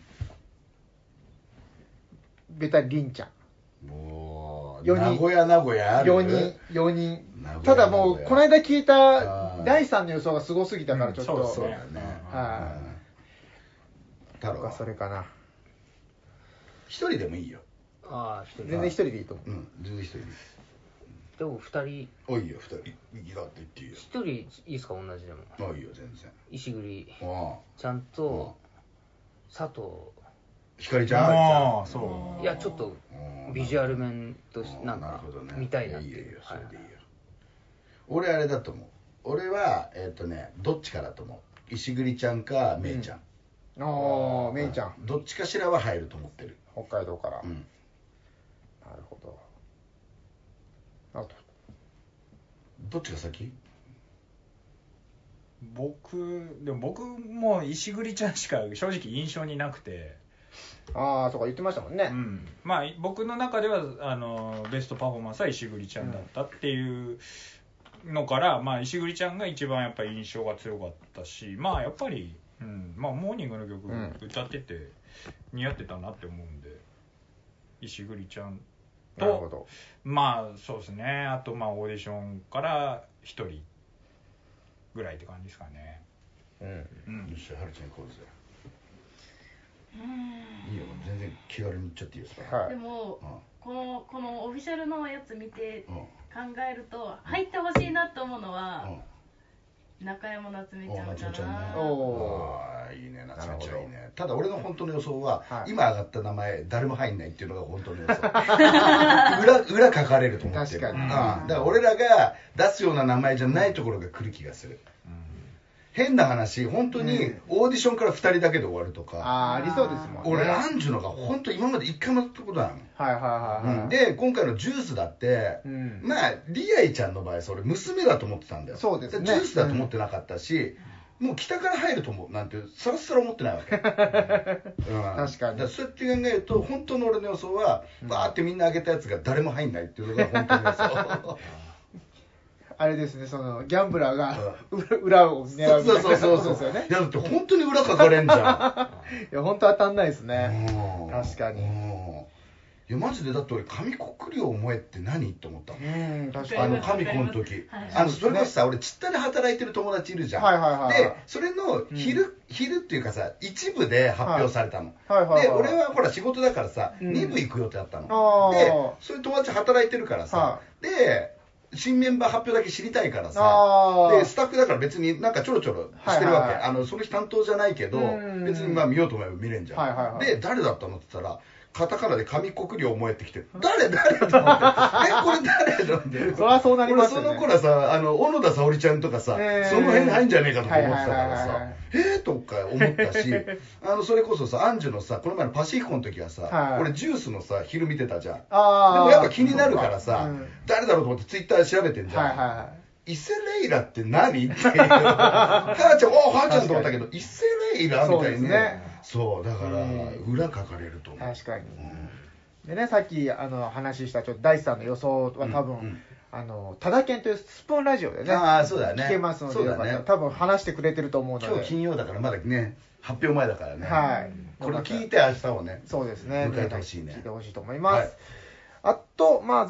A: ベタリンちゃん。
D: もう
A: よにん
D: 名古屋名古屋ある。
A: よにん、よにん
D: 名古。屋
A: ただもう、
D: 名古屋
A: この間聞いた
D: あー
A: だいさんの予想がすごすぎたから、ちょっと、
E: うん
D: そうだよね。
A: はい
D: うん太郎
A: とか
D: は
A: それかな。
D: 一人でもいいよ。
B: ああ一人
A: 全然一人でいいと思う。
D: うん、全然一人でいい。
B: でも二人
D: おいよ、二人。右だって言っていいよ。
B: 一人いいですか同じでも
D: あ、いいよ、全然。
B: 石栗
D: あ
B: ちゃんと佐藤
D: あ。ひかりちゃん。
E: ああそう
B: いやちょっと
D: うん
B: ビジュアル面としてなん
D: なる
B: か
D: ほどね。
B: 見たいなって
D: いやいいよいいよ、そ
B: はい
D: れでいいよ。俺あれだと思う。俺は、えっとね、どっちかだと思う。石栗ちゃんか、めいちゃん。
A: ああ、めいちゃん、
D: どっちかしらは入ると思ってる。
A: 北海道から。
D: うん。
A: なるほど。あと、
D: どっちが先？
E: 僕でも僕も石栗ちゃんしか正直印象になくて、
A: ああ、そうか言ってましたもんね。
E: うん、まあ僕の中ではあのベストパフォーマンスは石栗ちゃんだったっていうのから、まあ、石栗ちゃんが一番やっぱり印象が強かったし、まあやっぱり、うんまあ、モーニングの曲
A: うん
E: 歌ってて似合ってたなって思うんで、石栗ちゃんと
A: なるほど。
E: まあそうですね、あとまあオーディションからひとりぐらいって感じですかね。
A: うん。
E: うん
D: よっしゃ、はるちゃん行こうぜ。
C: うん
D: いいよ、全然気軽に行っちゃっていいよ、それ。
A: はい。
C: でも
D: うん
C: このこのオフィシャルのやつ見て
D: うん
C: 考えると入ってほしいなと思うのは中山夏実ちゃん
D: お夏目ちゃんね
C: かな。
A: お
D: ああいいね、夏目ちゃ
A: なるほど
D: んいいね。ただ俺の本当の予想は、
A: はい
D: 今上がった名前誰も入んないっていうのが本当の予想裏裏書かれると思ってる。
A: 確かに
D: うん、だから俺らが出すような名前じゃないところが来る気がする。変な話、本当にオーディションからふたりだけで終わるとか、
A: ああ、ありそうですもんね。
D: 俺
A: はい
D: アンジュのが本当今まで一回もやったことないの。
A: はいはいはい。
D: うん、で今回のジュースだって、
A: うん
D: まあリアイちゃんの場合それ娘だと思ってたんだよ。
A: そうですね
D: ジュースだと思ってなかったし、もう北から入ると思うなんてさらさら思ってないわけ、うん、
A: 確かに
D: だらそうやって考えると本当の俺の予想は、バーってみんな上げたやつが誰も入んないっていうのが本当の予想
A: あれですね、そのギャンブラーが裏を狙うみたいな
D: そうそうそうそう
A: ことですよね
D: い。やだって本当に裏書かれんじゃん
A: いや、本当当たんないですね。
D: うん
A: 確かに
D: うんいやマジでだって俺上国領萌えって何って思ったの、
A: うん、確かに。
D: あの神子の時、
C: はい
D: あのそれこそさ俺ちったで働いてる友達いるじゃん、
A: はいはいはい
D: でそれの昼、昼っていうかさ一部で発表されたの、
A: はいはいはい
D: で俺はほら仕事だからさ、
A: うん
D: に部行く予定だったの
A: あー
D: でそういう友達働いてるからさ、
A: は
D: で新メンバー発表だけ知りたいからさ
A: あー
D: でスタッフだから別になんかちょろちょろしてるわけ、
A: はいはいはい
D: あのその日担当じゃないけど
A: うん
D: 別にまあ見ようと思えば見れんじゃん、
A: はいはいはい
D: で誰だったのって言ったらカタカナで上国領萌えってきて誰誰と思ってえこれ誰なんで
A: そりゃそうなりますよね
D: 俺その頃はさあの小野田沙織ちゃんとかさ、
A: えー
D: その辺入んじゃねえかとか思ってたから
A: はいはいはいは
D: さ
A: い
D: えーとか思ったしあのそれこそさアンジュのさこの前のパシフィコの時はさ、
A: はい
D: 俺ジュースのさ昼見てたじゃんで
A: あー
D: もやっぱ気になるからさ、
A: うん
D: 誰だろうと思ってツイッターで調べてんじゃん、
A: はいはいはい。
D: イセレイラって何っていうはーちゃんおはーちゃんと思ったけどイセレイラみたいに
A: そうですね
D: そうだから
A: うん
D: 裏書かれると思う
A: 確かに。
D: うん
A: でね、さっきあの話したちょっと大地さんの予想は多分、
D: うんうん
A: あの多田健というスプーンラジオでね、
D: ああそうだね
A: 聞けますので、
D: そうだね
A: よかったら多分話してくれてると思うので、
D: 今日金曜だからまだね発表前だからね
A: はい
D: これ聞いて明日をね
A: そうですね、
D: 迎えてほしいね
A: 聞いてほしいと思います。
D: はい
A: あと、まあ、ざ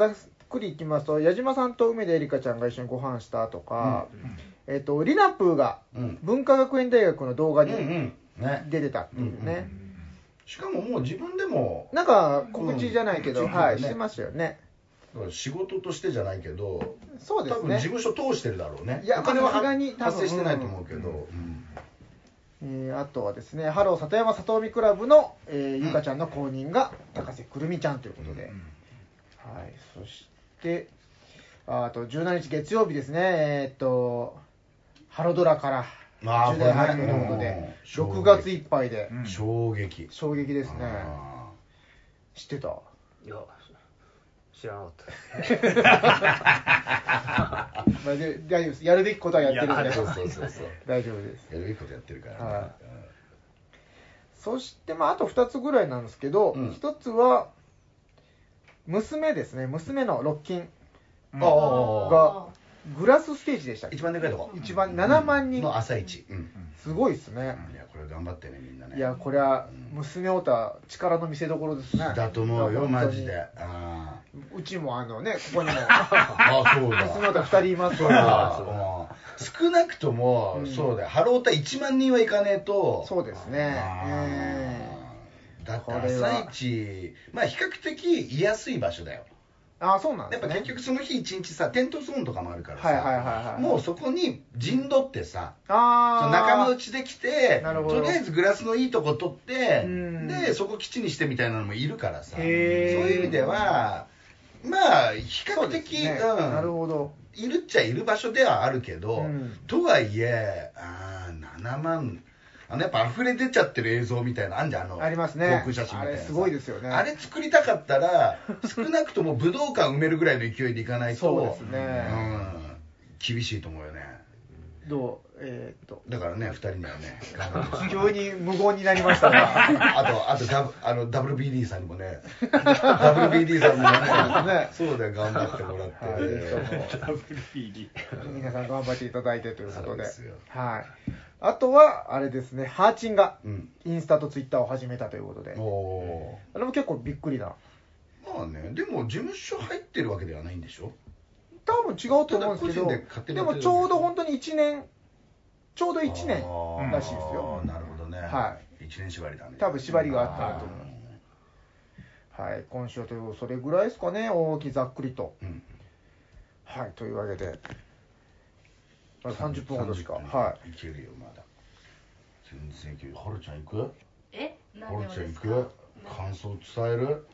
A: くりいきますと、矢島さんと梅田絵里香ちゃんが一緒にご飯したとか、
E: うん
A: えっと、リナプーが
D: うん
A: 文化学園大学の動画に
D: うんうんね
A: 出てたっていうね。
D: うんうんしかももう自分でも
A: なんか告知じゃないけど、
D: うん
A: はい、
D: 告知でね
A: してましたよね。
D: 仕事としてじゃないけど、
A: そうですね。
D: 多分事務所通してるだろうね。
A: いや
D: お金は
A: さすがに多分
D: 発生してないと思うけど、
A: えーあとはですね、ハロー里山里海クラブの、えーゆかちゃんの公認が高瀬くるみちゃんということで、はい、そしてああとじゅうしちにち月曜日ですね、えーっとハロドラから
D: あー
A: 重大発表ということ
D: これ
A: で、
D: ね
A: ろくがついっぱいで、
E: うん
D: 衝撃。
A: 衝撃ですね。
D: あ
A: 知ってた？
B: いや知らなかった
A: まあ、で大丈夫です。やるべきことはやってるんで、
E: いや
D: そうそうそうそう。
A: 大丈夫です。
D: やるべきことやってるからね。
A: はいそして、まあ、あとふたつぐらいなんですけど、
D: うん
A: ひとつは娘ですね、娘のロッキン
D: うんああ
A: がグラスステージでしたっけ？
D: 一番でかいとこ。
A: 一番ななまんにん
D: の朝一。うん。
A: すごいですね。
D: いやこれ頑張ってねみんなね。
A: いや、これは娘オタ力の見せ所ですね。
D: だと思うよ
A: 本当に
D: マジで。あ
A: うちもあのね、ここにも
D: あ。あそうだ。
A: 娘オタふたりいます
D: そう
A: から。
D: だ。うん少なくとも、
A: うん
D: そうだよ。ハロータいちまんにんはいかねえと。
A: そうですね。
D: あ
A: え
D: ーだって
A: これは
D: 朝一、まあ比較的居やすい場所だよ。
A: ーあ、そうなんで
D: やっぱ
A: すね。
D: 結局その日一日さ、テントゾーンとかもあるからさ、
A: はいはいはいはい
D: もうそこに陣取ってさ、そ
A: あー
D: の仲間内で来て、
A: なるほど
D: とりあえずグラスのいいとこ取って
A: うん、
D: で、そこ基地にしてみたいなのもいるからさ、そう
A: へー
D: いう意味では、まあ、比較
A: そうです
D: 的、
A: ね
D: うん
A: なるほど。
D: いるっちゃいる場所ではあるけど、
A: うん
D: とはいえ、あーななまん、あのやっぱ溢れ出ちゃってる映像みたいなのあんじゃん、あの
A: ありますね
D: 航空写真みたいなさ
A: あれすごいですよね
D: あれ作りたかったら、少なくとも武道館埋めるぐらいの勢いでいかないと、
A: そうですね
D: うん、厳しいと思うよね。
A: どうえーっと。
D: だからね、ふたりにはね、頑張ってほしい
A: 急に無言になりましたが。
D: あと、あとダブあの ダブリュービーディー さんにもね、ダブリュービーディー さんにもね、そうだよ、頑張ってもらって、
A: はいぜひとも
E: ダブルピーディー。
A: 皆さん頑張っていただいてということで。
D: そうですよ
A: はい。あとは、あれですね、ハーチンが
D: うん、
A: インスタとツイッターを始めたということで。
D: お
A: あれも結構びっくりな。
D: ーまあね、でも事務所入ってるわけではないんでしょ。
A: 多分違うと思うんですけど、
D: ただ個人で勝手に
A: で
D: やってる
A: もちょうど本当にいちねん、ちょうどいちねん
D: あー
A: らしいですよ。
D: なるほどね。。
A: はい
D: 一年縛りだね。
A: 多分縛りがあったなと思います。はい、今週はというそれぐらいですかね、大きざっくりと。
D: うん。
A: はい、というわけで、まださんじゅっぷんほどしか。
D: さんじゅっぷん
A: はい。
D: いけるよ、まだ。全然いける。はるちゃん行く
C: え何
D: はるちゃん行
C: をですか
D: く感想伝える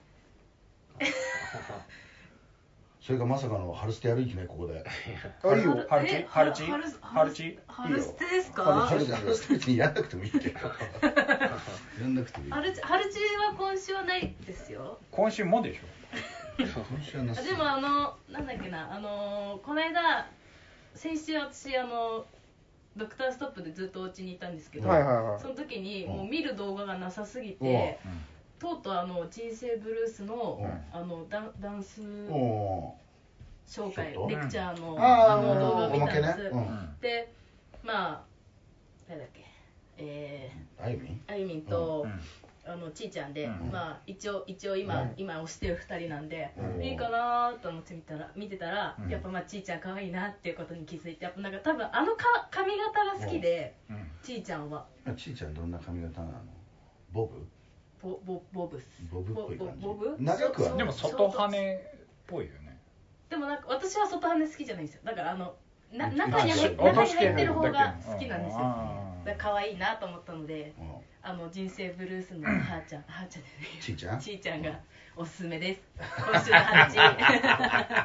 D: それがまさかのハルステやる気ね、ここで。
A: あ、いいよ。
E: ハルチ
C: え
E: ハルチ
C: ハル
E: ハルチ
C: ハルステですか
D: ハルチハルステ別にやんなくてもいいけど。やんなくてもいい。
C: ハルチハルチは今週はないですよ
E: 今週もでしょ。
D: 今週はなさ
C: あでもあのなんだっけなあのこの間先週私あのドクターストップでずっとお家にいたんですけど、
A: はいはいはい
C: その時に
D: うん
C: もう見る動画がなさすぎ
D: うん
C: て、とうとうあの人生ブルースの、
D: うん
C: あのダンダンス
D: お
C: 紹介
D: ちょっと
C: レクチャーの,、
A: あー
C: あの動画を見たんです、
D: おまけねうん
C: でまあ誰だっけえ
D: ーあゆみ
C: ー、あゆみんと、
E: うん
C: あのちいちゃんで、
E: うん
C: まあ一応一応今、
D: うん
C: 今推してるふたりなんで、
D: うん
C: いいかなと思って見たら見てたら、
E: うん
C: やっぱまあちいちゃん可愛いなっていうことに気づいて、やっぱなんか多分あのか髪型が好きで、
E: うん
C: ちいちゃんは
D: あちいちゃんどんな髪型なのボブ
C: ボボボブス
D: ボブっぽい感じ
C: ボボブ
D: 長くはね
C: そう
E: でも外羽っぽいよね。
C: でもなんか私は外羽好きじゃないんですよ。だからあのな
D: うん
C: 中に入
D: あ
C: 中に入ってる方が好きなんですよ。
E: あー
C: だから可愛いなと思ったので、
D: うん
C: あの人生ブルースのはーちゃん、はーちゃんでね、
D: ちいちゃん
C: ちいちゃんがおすすめです。今週のは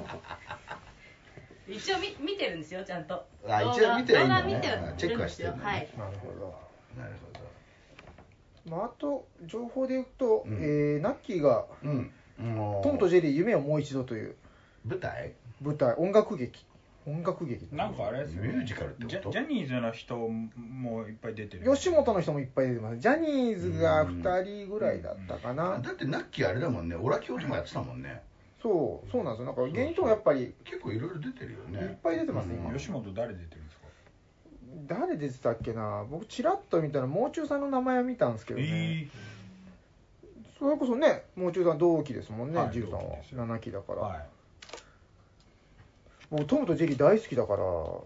C: ち。一応み見てるんですよちゃんと。
D: あ
C: 動画
D: 一応見てはいいんだね
C: 動画見てる
D: あチェックはしてるんだね
C: はい。
A: なるほど。
D: なるほど
A: まあ、あと、情報で言うと、
D: うん
A: えーナッキーが、
D: うんもう
A: トムとジェリー夢をもう一度という
D: 舞台
A: 舞台、音楽劇。音楽劇。
E: なんかあれですよね。
D: ミュージカルってこと
E: ジャジャニーズの人もいっぱい出てる。
A: 吉本の人もいっぱい出てます。ジャニーズがふたりぐらいだったかな。
D: だってナッキーあれだもんねオラキオともやってたもんね
A: そう、そうなんですよ。なんか芸人ともやっぱり
D: 結構いろいろ出てるよ
A: いっ
D: ね
A: ぱい出てますね、今。
E: 吉本誰出てるんですか。
A: 誰出てたっけな。僕、ちらっと見たら、もう中さんの名前は見たんですけどね。
E: え
A: それこそね、もう中さん同期ですもんね
E: は、い
A: ジルさんは
E: 同期です。よ
A: ななきだから。
E: は
A: 僕トムとジェリー大好きだから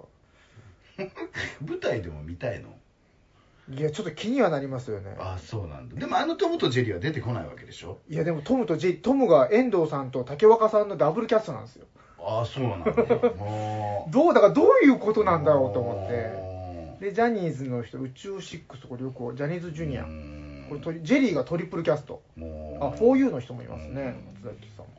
D: 舞台でも見たいの？
A: いやちょっと気にはなりますよね。
D: ああそうなんだ。でもあのトムとジェリーは出てこないわけでしょ？
A: いやでもトムとジェリー、トムが遠藤さんと竹若さんのダブルキャストなんですよ。
D: ああそうなんだ。
A: どうだからどういうことなんだろうと思って。でジャニーズの人、宇宙シックス、これよくジャニーズジュニア、これトリジェリーがトリプルキャスト。あ フォーユー の人もいますね、松崎さん。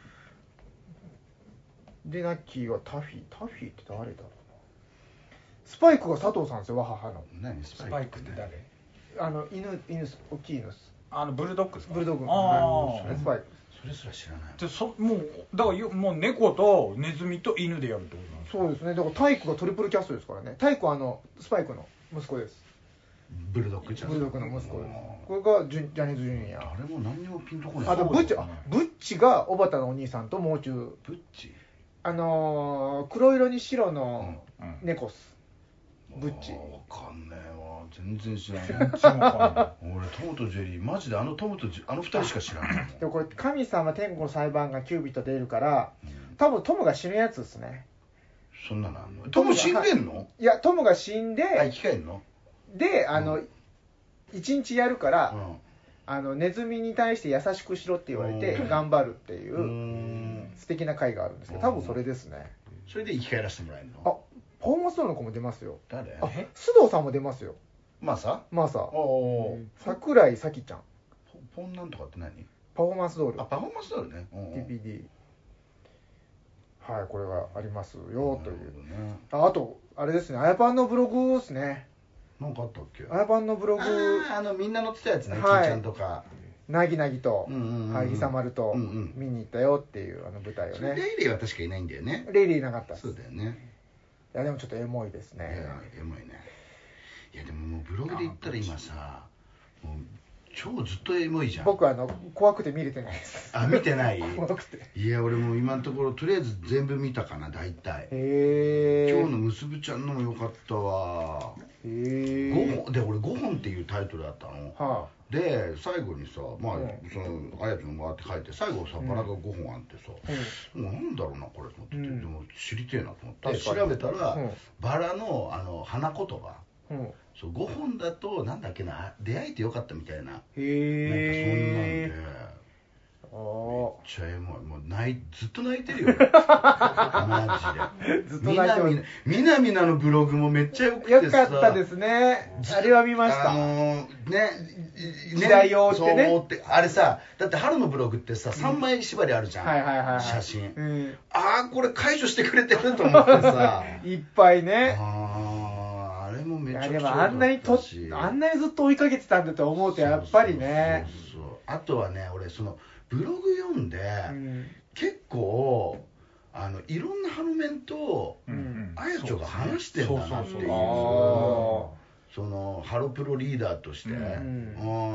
A: でナッキーはタフィー、タフィーって誰だろうな。スパイクが佐藤さんですよ、ワハハの。
D: 何スパイクって誰？
A: あの犬、犬大きいの。
E: あのブルドッグですか？
A: ブルドッグ。
E: あ
A: あスパイク。
D: それすら知らない。
E: でそもうだからよもう猫とネズミと犬でやるってことなんですか？
A: そうですね。だからタイクがトリプルキャストですからね。タイクはあのスパイクの息子です。
D: ブルドッグちゃん。
A: ブルドッグの息子です。これがジュジャニーズジュニア。
D: 誰も何にもピンとこない。
A: あとブッチ、あブッチが小畑のお兄さんともう中。
D: ブッチ。
A: あのー、黒色に白の猫っす。ブッチ。
D: わかんねえわ。全然知らない。
E: 全然わかんない。
D: 俺トムとジェリーマジであのトムとジェあの二人しか知らないもん。
A: でもこれ神様天国の裁判がキュービット出るから、多分トムが死ぬやつですね。
D: そんなのあんの？トム死んでんの？
A: いやトムが死んで、
D: あ生き返んの？
A: であの一、うん、日やるから、
D: うん、あ
A: のネズミに対して優しくしろって言われて頑張るっていう素敵な回があるんですけど、多分それですね。
D: それで生き返らせてもらえるの？
A: あパフォーマンスドールの子も出ますよ。
D: 誰？
A: あ須藤さんも出ますよ。
D: マサ？
A: マサ。
D: おー。
A: 桜井咲ちゃん。
D: ポンなんとかって何？
A: パフォーマンスドール。
D: あパフォーマンスドールね。
A: ディーピーディー。はい、これがありますよという。
D: ね、
A: あ, あとあれですね、あやぱんのブログですね。
D: なんかあったっけ？
A: あやぱんのブログ。
D: ああのみんな載ってたやつね。
A: はい、
D: キーちゃんとか。
A: なぎなぎと、
D: うんうんうん、
A: はい、ひさまると見に行ったよっていうあの舞台をね。
D: レイレイは確かいないんだよね。
A: レイレイいなかったです。
D: そうだよね。
A: いやでもちょっとエモいですね。
D: いやエモいね。いやでももうブログで言ったら今さ、もう超ずっとエモいじゃん。
A: 僕あの怖くて見れてないです。
D: あ見てない？
A: 怖くて。
D: いや俺も今のところとりあえず全部見たかな大体。
A: へえ。
D: 今日のむすぶちゃんのも良かったわ。へえ。ごほんで俺ごほんっていうタイトルだったの。はあ。で最後にさ、まあ、うん、そのあやちゃんがわーって書いて最後さバラがごほんあってさ、うん、もうなんだろうなこれと思って、うん、でも知りてえなと思って調べたら、うん、バラのあの花言葉、うん、そうごほんだとなんだっけな出会えてよかったみたいな、へえ、なんかそんなんで。めっちゃエモい。もう泣いずっと泣いてるよマジでずっと泣いてる。みなみなのブログもめっちゃよくてさ、
A: よかったですね。あれは見ました。
D: あのー、ね
A: 時代を追ってね。
D: そうってあれさ、だって春のブログってささんまい縛りあるじゃん、うん、はいはいはい、写真、うん、ああこれ解除してくれてると思ってさ
A: いっぱいね。
D: あああれもめちゃくちゃ
A: いやでもあんなにとあんなにずっと追いかけてたんだと思うとやっぱりね。
D: そうそうそうそう。あとはね俺そのブログ読んで、うん、結構あのいろんなハロメンと、うん、あやちょが話してんだなっていう、そのハロプロリーダーとして、うん、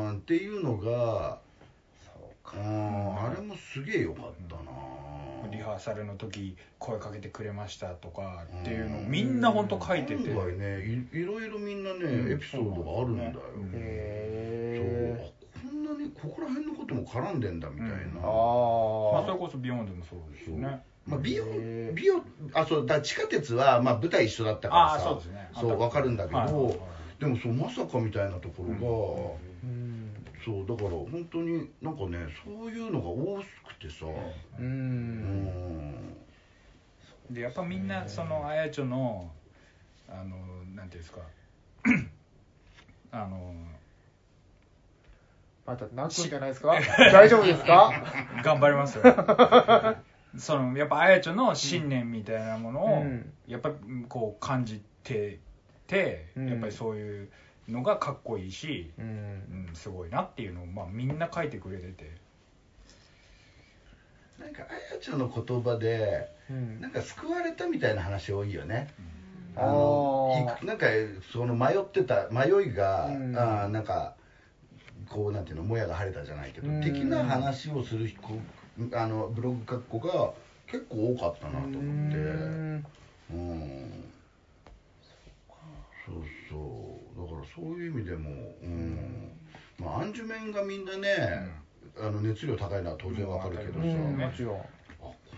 D: うんっていうのがそうか、あれもすげえよかったな、
E: うん、リハーサルの時声かけてくれましたとかっていうのをみんな本当書いてて、
D: 案外ね い, いろいろみんなね、うん、エピソードがあるんだよ、へえ、こんなにここら辺のことも絡んでんだみたいな、うん、あ、
E: まあ、それこそビヨンドもそうですよね。
D: まあ、ビヨビヨあそうだ地下鉄はまあ舞台一緒だったからさ、
E: そうですね、
D: そう分かるんだけど、はいはいはい、でもそうまさかみたいなところが、うん、そうだから本当になんかねそういうのが多くてさ、うん、うん、
E: でやっぱみんなそのあやちょのあのなんていうんですかあの
A: また泣くんじゃないですか大丈夫ですか
E: 頑張りますよそのやっぱあやちょの信念みたいなものを、うん、やっぱりこう感じてて、うん、やっぱりそういうのがかっこいいし、うんうん、すごいなっていうのを、まあ、みんな書いてくれてて、
D: なんかあやちょの言葉で、うん、なんか救われたみたいな話多いよね、うん、あのなんかその迷ってた迷いが、うん、あなんかこうなんていうのもやが晴れたじゃないけど、うん、的な話をするあのブログ書く子が結構多かったなと思って、うん、うん、そうそうだからそういう意味でも、うん、まあアンジュメンがみんなね、うん、あの熱量高いのは当然わかるけどさ、うん、もちろんあこんなこ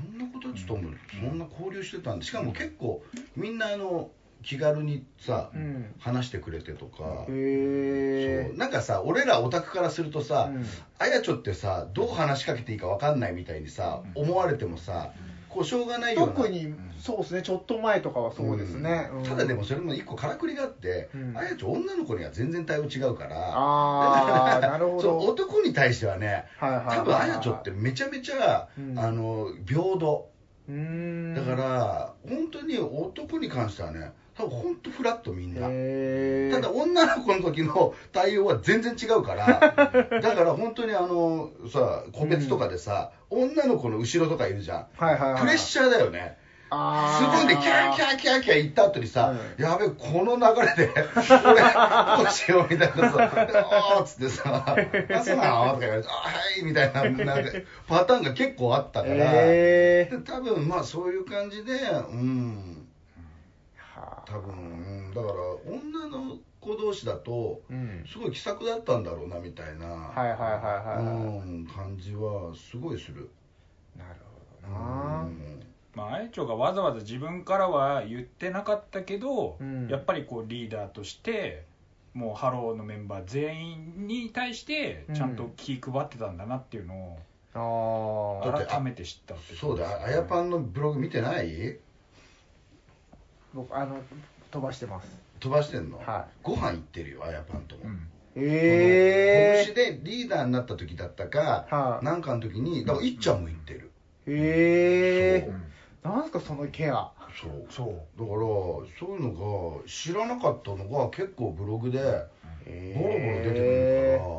D: たちともそんな交流してたんで、しかも結構みんなあの気軽にさ、うん、話してくれてとか、
A: へ
D: そうなんかさ俺らオタクからするとさ、うん、あやちょってさどう話しかけていいか分かんないみたいにさ、うん、思われてもさこうしょうがないような、
A: 特にそうですね、ちょっと前とかはそうですね、
D: うんうん、ただでもそれも一個からくりがあって、うん、あやちょ女の子には全然対応違うから、
A: あなるほど
D: そう男に対してはね、はいはいはいはい、多分あやちょってめちゃめちゃ、うん、あの平等、うーんだから本当に男に関してはね多分本当フラットみんな、ただ女の子の時の対応は全然違うからだから本当にあのさ個別とかでさ、うん、女の子の後ろとかいるじゃん、はいはいはい、プレッシャーだよね。すごいね、キャーキャーキャーキャー言った後にさ、うん、やべえこの流れで俺どうしようみたいなさあーっつってさあそうなのとか言われてあはいみたいななんかパターンが結構あったから、えー、で多分まあそういう感じでうん多分だから女の子同士だとすごい気さくだったんだろうなみたいな感じはすごいする。
A: なるほどな、うん
E: まあ、あやちょがわざわざ自分からは言ってなかったけど、うん、やっぱりこうリーダーとしてもうハローのメンバー全員に対してちゃんと気配ってたんだなっていうのを改めて知ったって、
D: うん、そうだあやパンのブログ見てない？
A: 僕あの飛ばしてます。
D: 飛ばしてんの？
A: はい。
D: ご飯行ってるよあやパンとも。うん、
A: え
D: ー、拳でリーダーになった時だったか、はあ、なんかの時にだからいっちゃんも行ってる。
A: へえー。なんすかそのケア。
D: そうそうだからそういうのが知らなかったのが結構ブログでボロボロ出てくるから、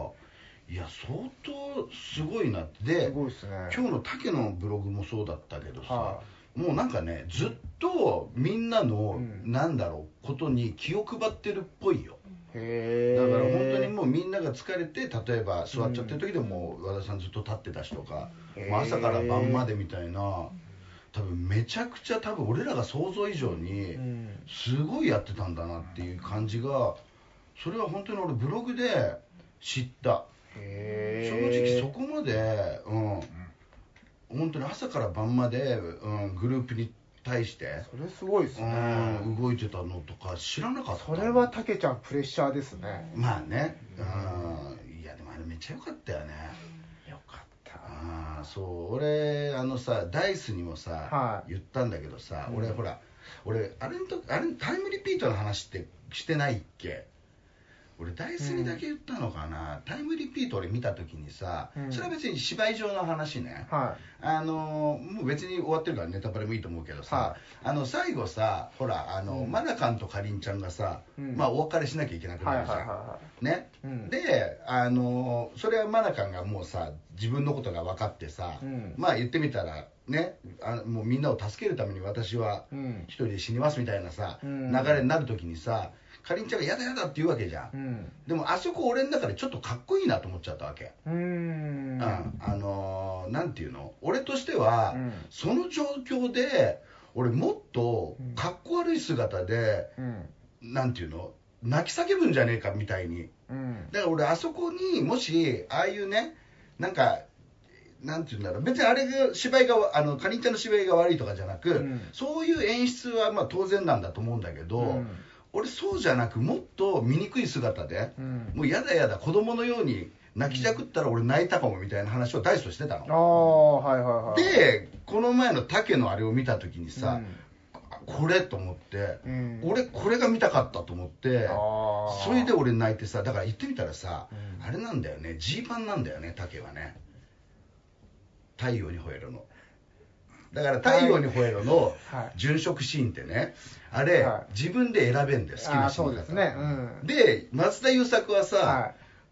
D: いや相当すごいなって。
A: すごいっすね。
D: 今日の竹のブログもそうだったけどさ、はあ、もうなんかねずっとみんなの、うん、なんだろうことに気を配ってるっぽいよ。へだから本当にもうみんなが疲れて例えば座っちゃってる時でも、うん、和田さんずっと立ってたしとか、まあ、朝から晩までみたいな多分めちゃくちゃ多分俺らが想像以上にすごいやってたんだなっていう感じがそれは本当に俺ブログで知った。へ正直そこまでうん本当に朝から晩まで、うん、グループに対して
A: それすごいですね、
D: うん、動いてたのとか知らなかった。
A: それはたけちゃんプレッシャーですね。
D: まあね、うん、いやでもあれめっちゃ良かったよね。
A: よかった。
D: あそう俺あのさダイスにもさ、はい、言ったんだけどさ、うん、俺ほら俺あれのとあれタイムリピートの話ってしてないっけ。俺ダイスにだけ言ったのかな、うん、タイムリピート俺見た時にさ、うん、それは別に芝居上の話ね、はい、あのもう別に終わってるからネタバレもいいと思うけどさ、はい、あの最後さほらあの、うん、マナカンとかりんちゃんがさ、うん、まあお別れしなきゃいけなくなるじゃん、はいはいはい、ね、うん、であのそれはマナカンがもうさ自分のことが分かってさ、うん、まあ言ってみたらねあもうみんなを助けるために私は一人で死にますみたいなさ、うん、流れになる時にさかりんちゃんがやだやだって言うわけじゃん、うん、でもあそこ俺の中でちょっとかっこいいなと思っちゃったわけ。うーん、うん、あのー、なんていうの俺としては、うん、その状況で俺もっとかっこ悪い姿で、うん、なんていうの泣き叫ぶんじゃねえかみたいに、うん、だから俺あそこにもしああいうねなんかなんていうんだろう別にあれが芝居があのかりんちゃんの芝居が悪いとかじゃなく、うん、そういう演出はまあ当然なんだと思うんだけど、うん俺そうじゃなくもっと醜い姿で、うん、もうやだやだ子供のように泣きじゃくったら俺泣いたかもみたいな話をダイスとしてたの、あ、はいはいはい、でこの前の竹のあれを見た時にさ、うん、これと思って、うん、俺これが見たかったと思ってそれで俺泣いてさだから言ってみたらさ、うん、あれなんだよねジーパンなんだよね竹はね太陽に吠えるのだから太陽に吠えろの殉職シーンってね、はい、あれ、はい、自分で選べんで好きな死に方。そうですね、うん、で松田優作はさ、はい、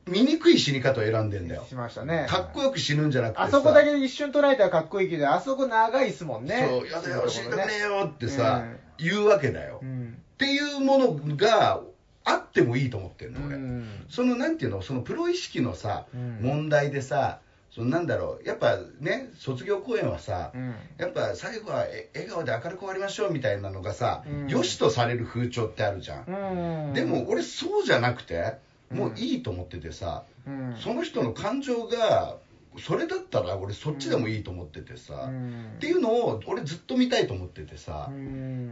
D: 醜い死に方を選んでんだよ。
A: しましたね。
D: かっこよく死ぬんじゃなくてさ
A: あそこだけ一瞬捉えたらかっこいいけどあそこ長いっすもんね。
D: そうやだよ死んだくねえよってさ、うん、言うわけだよ、うん、っていうものがあってもいいと思ってんの俺、うん、そのなんていうのそのプロ意識のさ、うん、問題でさそのなんだろうやっぱね卒業公演はさ、うん、やっぱ最後は笑顔で明るく終わりましょうみたいなのがさ、うん、良しとされる風潮ってあるじゃん、うん、でも俺そうじゃなくてもういいと思っててさ、うん、その人の感情がそれだったら俺そっちでもいいと思っててさ、
A: うん、
D: っていうのを俺ずっと見たいと思っててさ、うん、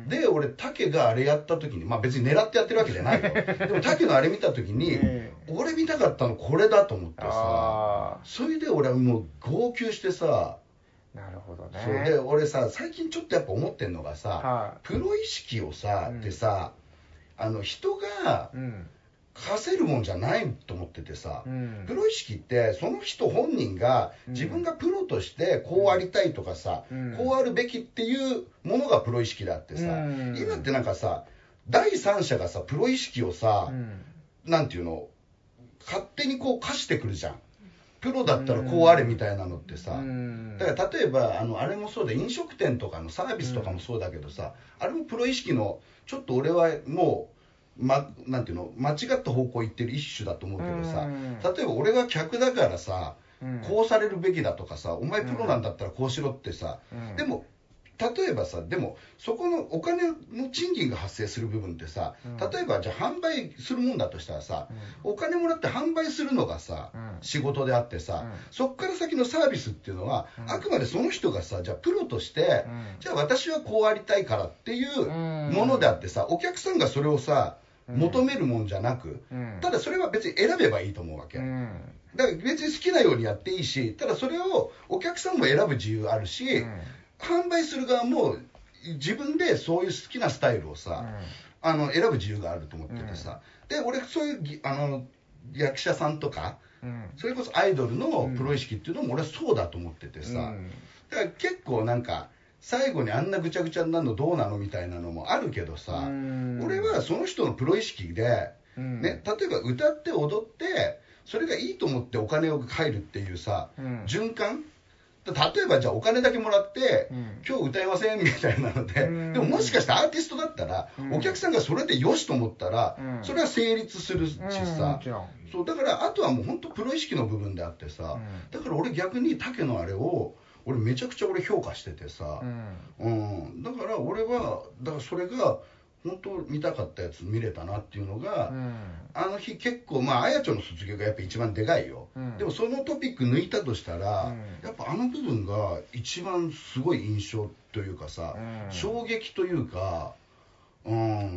D: で俺竹があれやった時に、まあ別に狙ってやってるわけじゃないよでも竹のあれ見た時に、うん、俺見たかったのこれだと思ってさ、それで俺はもう号泣してさ、
A: なるほどね。
D: そうで俺さ最近ちょっとやっぱ思ってんのがさ、はあ、プロ意識をさ、うん、ってさあの人が、うん課せるもんじゃないと思っててさ、うん、プロ意識ってその人本人が自分がプロとしてこうありたいとかさ、うん、こうあるべきっていうものがプロ意識だってさ、うん、今ってなんかさ第三者がさプロ意識をさ、うん、なんていうの勝手にこう課してくるじゃん。プロだったらこうあれみたいなのってさ、うん、だから例えばあのあれもそうで飲食店とかのサービスとかもそうだけどさ、あれもプロ意識のちょっと俺はもうま、なんていうの間違った方向行ってる一種だと思うけどさ、例えば俺が客だからさ、うん、こうされるべきだとかさ、お前プロなんだったらこうしろってさ、うん、でも例えばさ、でもそこのお金の賃金が発生する部分ってさ、うん、例えばじゃあ販売するもんだとしたらさ、うん、お金もらって販売するのがさ、うん、仕事であってさ、うん、そっから先のサービスっていうのは、うん、あくまでその人がさ、じゃあプロとして、うん、じゃあ私はこうありたいからっていうものであってさ、お客さんがそれをさ求めるもんじゃなく、うん、ただそれは別に選べばいいと思うわけ、うん、だから別に好きなようにやっていいし、ただそれをお客さんも選ぶ自由あるし、うん、販売する側も自分でそういう好きなスタイルをさ、うん、あの選ぶ自由があると思っててさ、うん、で俺そういうあの役者さんとか、うん、それこそアイドルのプロ意識っていうのも俺はそうだと思っててさ、うん、だから結構なんか最後にあんなぐちゃぐちゃになるのどうなのみたいなのもあるけどさ、俺はその人のプロ意識で、ね、例えば歌って踊ってそれがいいと思ってお金を入るっていうさ、循環、例えばじゃあお金だけもらって、うん、今日歌えませんみたいなので、うん、でももしかしたらアーティストだったら、うん、お客さんがそれでよしと思ったら、うん、それは成立するしさ、うん、そうだからあとはもう本当プロ意識の部分であってさ、うん、だから俺逆に竹のあれを俺めちゃくちゃ俺評価しててさ、うんうん、だから俺はだからそれが本当見たかったやつ見れたなっていうのが、うん、あの日結構まああやちょの卒業がやっぱ一番でかいよ、うん、でもそのトピック抜いたとしたら、うん、やっぱあの部分が一番すごい印象というかさ、うん、衝撃というか、うん、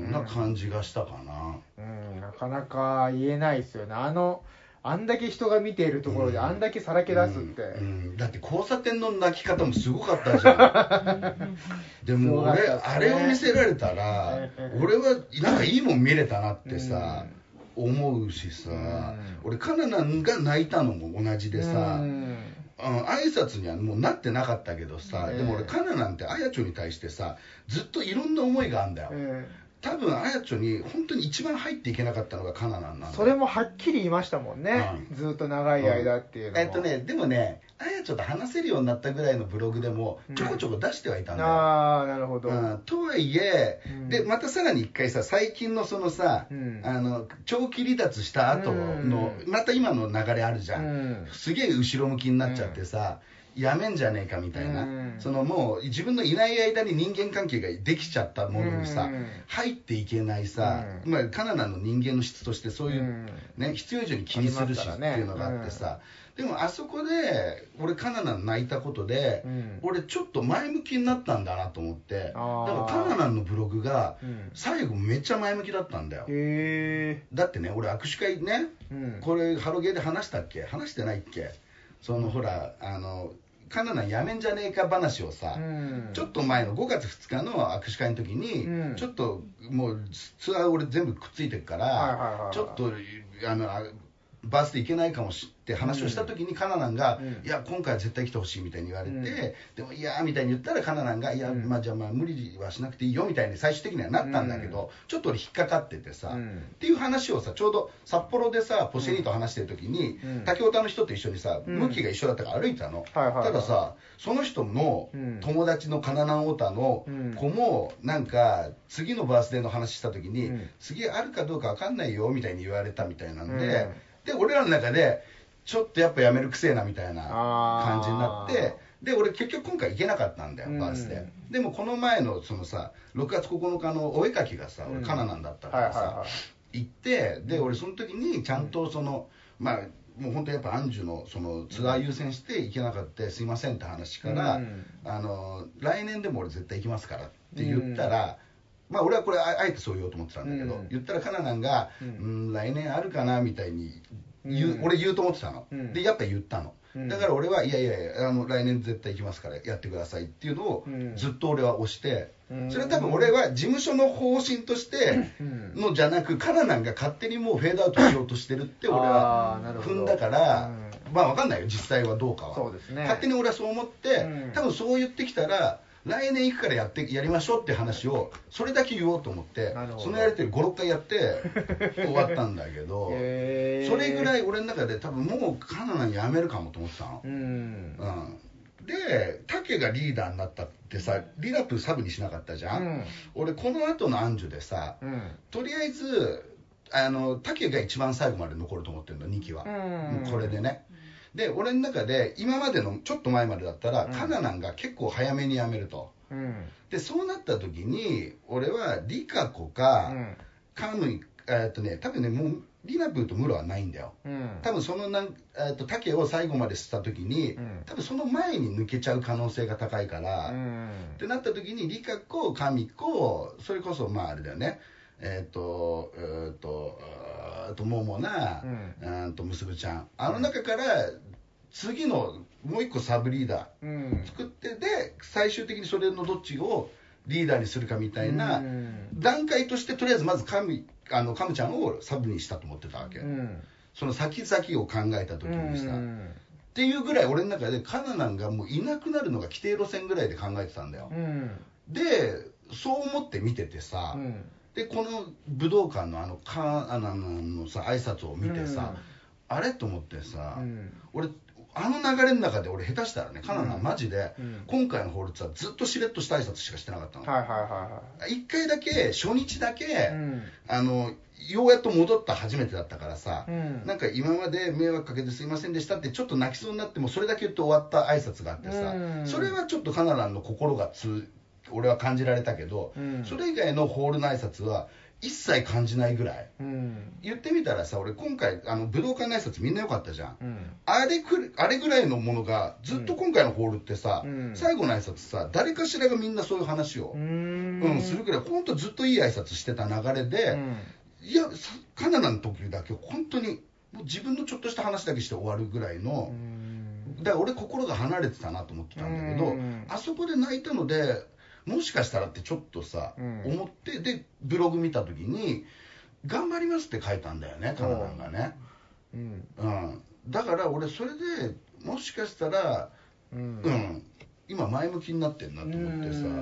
D: な感じがしたかな、
A: うん、なかなか言えないですよね。あのあんだけ人が見ているところであんだけさらけ出すって、
D: うんうん、だって交差点の泣き方もすごかったじゃんでも俺、ね、あれを見せられたら俺はなんかいいもん見れたなってさ、うん、思うしさ、うん、俺カナナンが泣いたのも同じでさ、うん、挨拶にはもうなってなかったけどさ、でも俺カナナンってあやちょに対してさずっといろんな思いがあるんだよ、うん多分あやちょに本当に一番入っていけなかったのがカナナンなんだ。
A: それもはっきり言いましたもんね、うん、ずっと長い間っていうのも、
D: うん、えっとねでもねあやちょと話せるようになったぐらいのブログでもちょこちょこ出してはいたんだよ、
A: うん、ああなるほど、
D: うん、とはいえ、うん、でまたさらに一回さ最近のそのさ、うん、あの長期離脱した後の、うん、また今の流れあるじゃん、うん、すげえ後ろ向きになっちゃってさ、うんやめんじゃねえかみたいな、うん、そのもう自分のいない間に人間関係ができちゃったものにさ、うん、入っていけないさ、うんまあ、カナダの人間の質としてそういう、うんね、必要以上に気にするしっていうのがあってさ、うん、でもあそこで俺カナダ泣いたことで、うん、俺ちょっと前向きになったんだなと思って、だからカナダのブログが最後めっちゃ前向きだったんだよ、うん、だってね俺握手会ね、うん、これハロゲーで話したっけ話してないっけそのほらあのカナダやめんじゃねえか話をさ、うん、ちょっと前のごがつふつかの握手会の時に、うん、ちょっともうツアー俺全部くっついてるから、はいはいはいはい、ちょっとあのバースで行けないかもしって話をした時にカナナンが、うん、いや今回は絶対来てほしいみたいに言われて、うん、でもいやみたいに言ったらカナナンがいや、うん、まあじゃあまあ無理はしなくていいよみたいに最終的にはなったんだけど、うん、ちょっと俺引っかかっててさ、うん、っていう話をさちょうど札幌でさポシェリーと話してる時に、うん、竹オタの人と一緒にさ、うん、向きが一緒だったから歩いてたの、はいはいはい、たださその人の友達のカナナンオタの子もなんか次のバースデーの話した時に、うん、次あるかどうか分かんないよみたいに言われたみたいなんで、うん、で俺らの中でちょっとやっぱやめるくせえなみたいな感じになって、で俺結局今回行けなかったんだよ、バースデー、うん、でもこの前のそのさろくがつここのかのお絵描きがさ、うん、俺カナナンだったからさ、はいはいはい、行ってで俺その時にちゃんとその、 まあもう本当やっぱアンジュのそのツアー優先して行けなかったすいませんって話から、うん、あの来年でも俺絶対行きますからって言ったら、うん、まあ俺はこれあえてそう言おうと思ってたんだけど、うん、言ったらカナダンが、うん、うん来年あるかなみたいに言う、うん、俺言うと思ってたの、うん、でやっぱ言ったの、うん、だから俺はいやいやいやあの来年絶対行きますからやってくださいっていうのをずっと俺は推して、うん、それは多分俺は事務所の方針としてのじゃなくカナダンが勝手にもうフェードアウトしようとしてるって俺は踏んだから、うん、まあ分かんないよ実際はどうかは
A: そうですね、
D: 勝手に俺はそう思って、うん、多分そう言ってきたら来年行くからやってやりましょうって話をそれだけ言おうと思ってそのやり取りごろっかいやって終わったんだけどそれぐらい俺の中で多分もうカナダに辞めるかもと思ってたの、うん、うん、でタケがリーダーになったってさリラップサブにしなかったじゃん、うん、俺この後のアンジュでさ、うん、とりあえずあのタケが一番最後まで残ると思ってるのにきは、うん、これでねで俺の中で今までのちょっと前までだったら、うん、カナナンが結構早めに辞めると、うん、でそうなった時に俺はリカコか、うん、カムイえーっとね多分ねもうリナプーとムロはないんだよ、うん、多分そのなんえーっとタケを最後までした時に、うん、多分その前に抜けちゃう可能性が高いから、うん、ってなった時にリカコカミコそれこそまああれだよねえーっとえーっとあとモモナ、うん、うんとムスブちゃんあの中から次のもう一個サブリーダー作って、うん、で最終的にそれのどっちをリーダーにするかみたいな段階としてとりあえずまずカムあのカムちゃんをサブにしたと思ってたわけ、うん、その先々を考えた時にさ、うん、っていうぐらい俺の中でカナナンがもういなくなるのが規定路線ぐらいで考えてたんだよ、うん、でそう思って見ててさ、うん、でこの武道館のあのカナナンのさ挨拶を見てさ、うん、あれと思ってさ、うん、俺あの流れの中で俺下手したらねカナナンマジで、うん、今回のホールツアーずっとしれっとした挨拶しかしてなかったの、はいはいはいはい、いっかいだけ初日だけ、うん、あのようやっと戻った初めてだったからさ、うん、なんか今まで迷惑かけてすいませんでしたってちょっと泣きそうになってもそれだけ言って終わった挨拶があってさ、うん、それはちょっとカナナンの心がつ俺は感じられたけど、うん、それ以外のホールの挨拶は一切感じないぐらい、うん、言ってみたらさ俺今回あの武道館の挨拶みんな良かったじゃん、うん、あれくあれぐらいのものがずっと今回のホールってさ、うん、最後の挨拶さ誰かしらがみんなそういう話を、うんうん、するぐらい本当ずっといい挨拶してた流れで、うん、いやカナダの時だけ本当にもう自分のちょっとした話だけして終わるぐらいの、うん、だから俺心が離れてたなと思ってたんだけど、うん、あそこで泣いたのでもしかしたらってちょっとさ、うん、思ってでブログ見た時に頑張りますって書いたんだよねカナダンがね、うんうん、だから俺それでもしかしたら、うんうん、今前向きになってんなと思ってさ、うん、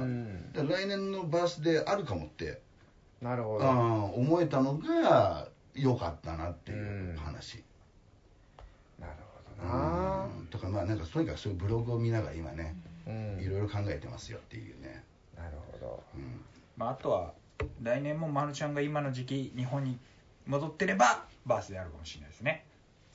D: だ来年のバースデーあるかもって
A: なるほど、
D: うん、思えたのが良かったなっていう話、
A: うん、なるほどな、
D: うん、とかまあなんかとにかくそういうブログを見ながら今ね、うん、いろいろ考えてますよっていうね。
A: なるほど、
E: うんまあ、あとは来年もまるちゃんが今の時期日本に戻ってればバースデーあるかもしれないですね。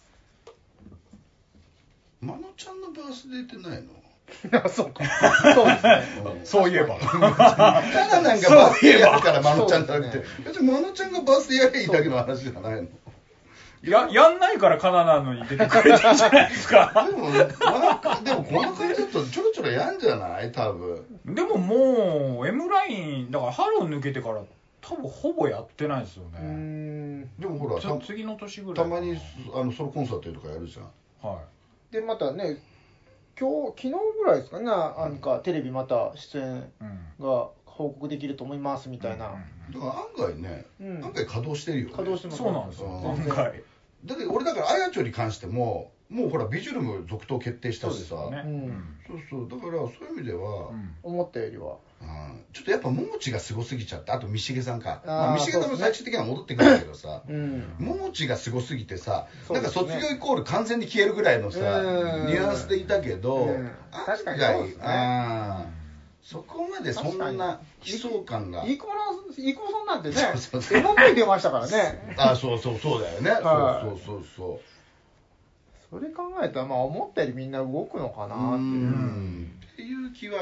D: まのちゃんのバースデーってないの？
A: あ、そうか。そうですね。
E: そういえば。
D: ただなんかバースデーやるからまのちゃんじゃなくて、別にまのちゃんがバースデーやればいいだけの話じゃないの？
E: や, やんないからカナダのに出てくれたんじゃないですか。
D: でも、まあ、でもこの感じだとちょろちょろやんじゃない多分。
E: でももう M ラインだからハロー抜けてから多分ほぼやってないですよね。うー
D: んでもほら
E: 次の年ぐらい
D: たまにあのソロコンサートとかやるじゃん。
A: はい。でまたね今日昨日ぐらいですかね、なんかテレビまた出演が報告できると思いますみたいな、
D: うん、だから案外ね、うん、案外稼働してるよね。
A: 稼働してます。
E: そうなんですよ、案外。
D: だって俺だからあやちょに関してももうほらビジュルム続投決定したしさ、そうですよね、うん、そうそうだからそういう意味では、うん、
A: 思ったよりは、
D: うん、ちょっとやっぱ桃地がすごすぎちゃって、あと三重さんか、まあ、三重さんも最終的には戻ってくるんだけどさ、うん、桃地がすごすぎてさ、なんか卒業イコール完全に消えるぐらいのさ、ニュアンスでいたけど、うん、
A: 確かにそうですね。
D: あそこまでそんな悲壮感が
A: イコライコさんなんてねエモン出ましたからね。
D: あそうそうそうだよね、はい、そうそうそうそう
A: それ考えたらまあ思ったよりみんな動くのかなっていう、
D: うんっていう気は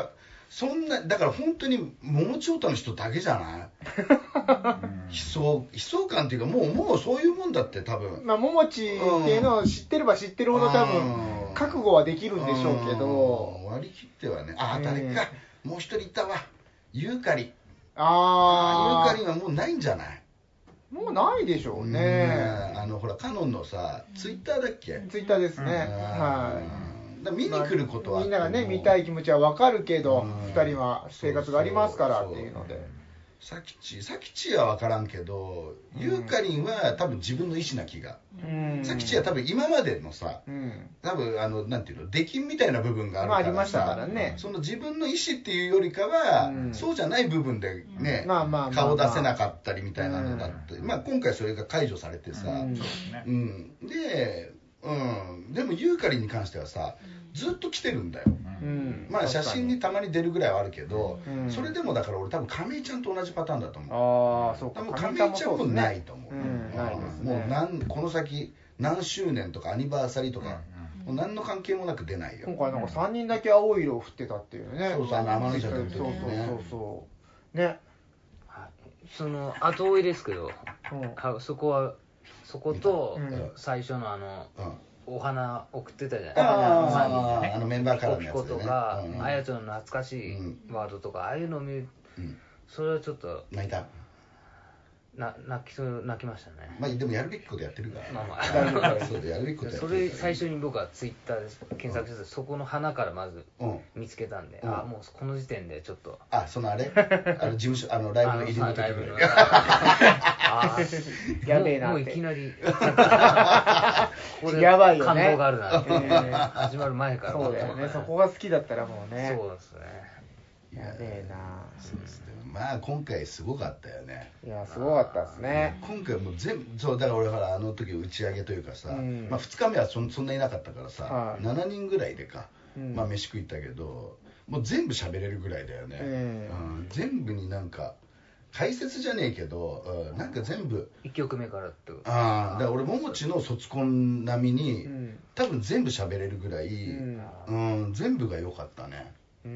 D: そんなだから本当に桃地太の人だけじゃない悲壮悲壮感っていうかもうもうそういうもんだって多分
A: まあ桃地っていうのを知ってれば知ってるほど多分覚悟はできるんでしょうけど、
D: 割り切ってはね、あ誰かもう一人いたわ、ユーカリ。
A: あ
D: あユーカリはもうないんじゃない？
A: もうないでしょうね。
D: あのほらカノンのさツイッターだっけ？
A: ツイッターですね。はい。
D: だ見に来ることは、
A: まあ、みんながね見たい気持ちはわかるけど、ふたりは生活がありますからっていうので。
D: サキチサキチは分からんけど、うん、ユーカリンは多分自分の意思な気が、うん、サキチは多分今までのさ、うん、多分あのなんていうの出禁みたいな部分があるからさ、まあ、ありましたからね、その自分の意思っていうよりかは、うん、そうじゃない部分でね、うんまあまあまあまあ、顔出せなかったりみたいなのだって、うんまあ、今回それが解除されてさ、うんうん、で、うん、でもユーカリンに関してはさずっと来てるんだよ、うん、まあ写真にたまに出るぐらいはあるけど、うん、それでもだから俺多分亀井ちゃんと同じパターンだと思う。ああそうか。多分亀井ちゃんもないと思う。うんないですね。もうなんこの先何周年とかアニバーサリーとか、うん、もう何の関係もなく出ないよ。
A: 今回なんかさんにんだけ青い色を振ってたっていうね。
D: そうそう、あの天の茶出る時
A: にね。そうそうそうそうね。
B: その後追いですけど、うん、そこはそこと最初のあの。うんお花送ってたじゃないですか。
D: ああ、あのメンバーからのやつでね。
B: ピコピコとか、うん、あやちゃんの懐かしいワードとか、うん、ああいうのを見る、うん、それはちょっと
D: 泣いた。
B: な泣きそう泣きましたね。
D: まあでもやるべきことやってるから。まあま
B: あそうでやるべきことやってる。それ最初に僕はツイッターで検索して、うん、そこの花からまず見つけたんで、うん、あもうこの時点でちょっと。
D: あそのあれあの事務所あのライブの入りの時ぐらい。
A: あやべえなって。
B: もういきなり
A: これやばいよね。
B: 感動があるなって、ね、始まる前から。
A: そうだよね。そこが好きだったらもうね。
B: そうですね。
A: やべえな。
D: そうですね。まあ今回すごかったよね。
A: いやすごかったですね。
D: 今回もう全部そうだから俺からあの時打ち上げというかさ、うん、まあふつかめは そ, そんないなかったからさ、はい、しちにんぐらいでか、うん、まあ飯食いったけど、もう全部喋れるぐらいだよね。えーうん、全部になんか。解説じゃねえけど、うん、なんか全部
B: いっきょくめからってこと。
D: ああだから俺ももちの卒コン並みに、うん、多分全部喋れるぐらい、うんうん、全部が良かったね、うん、うん、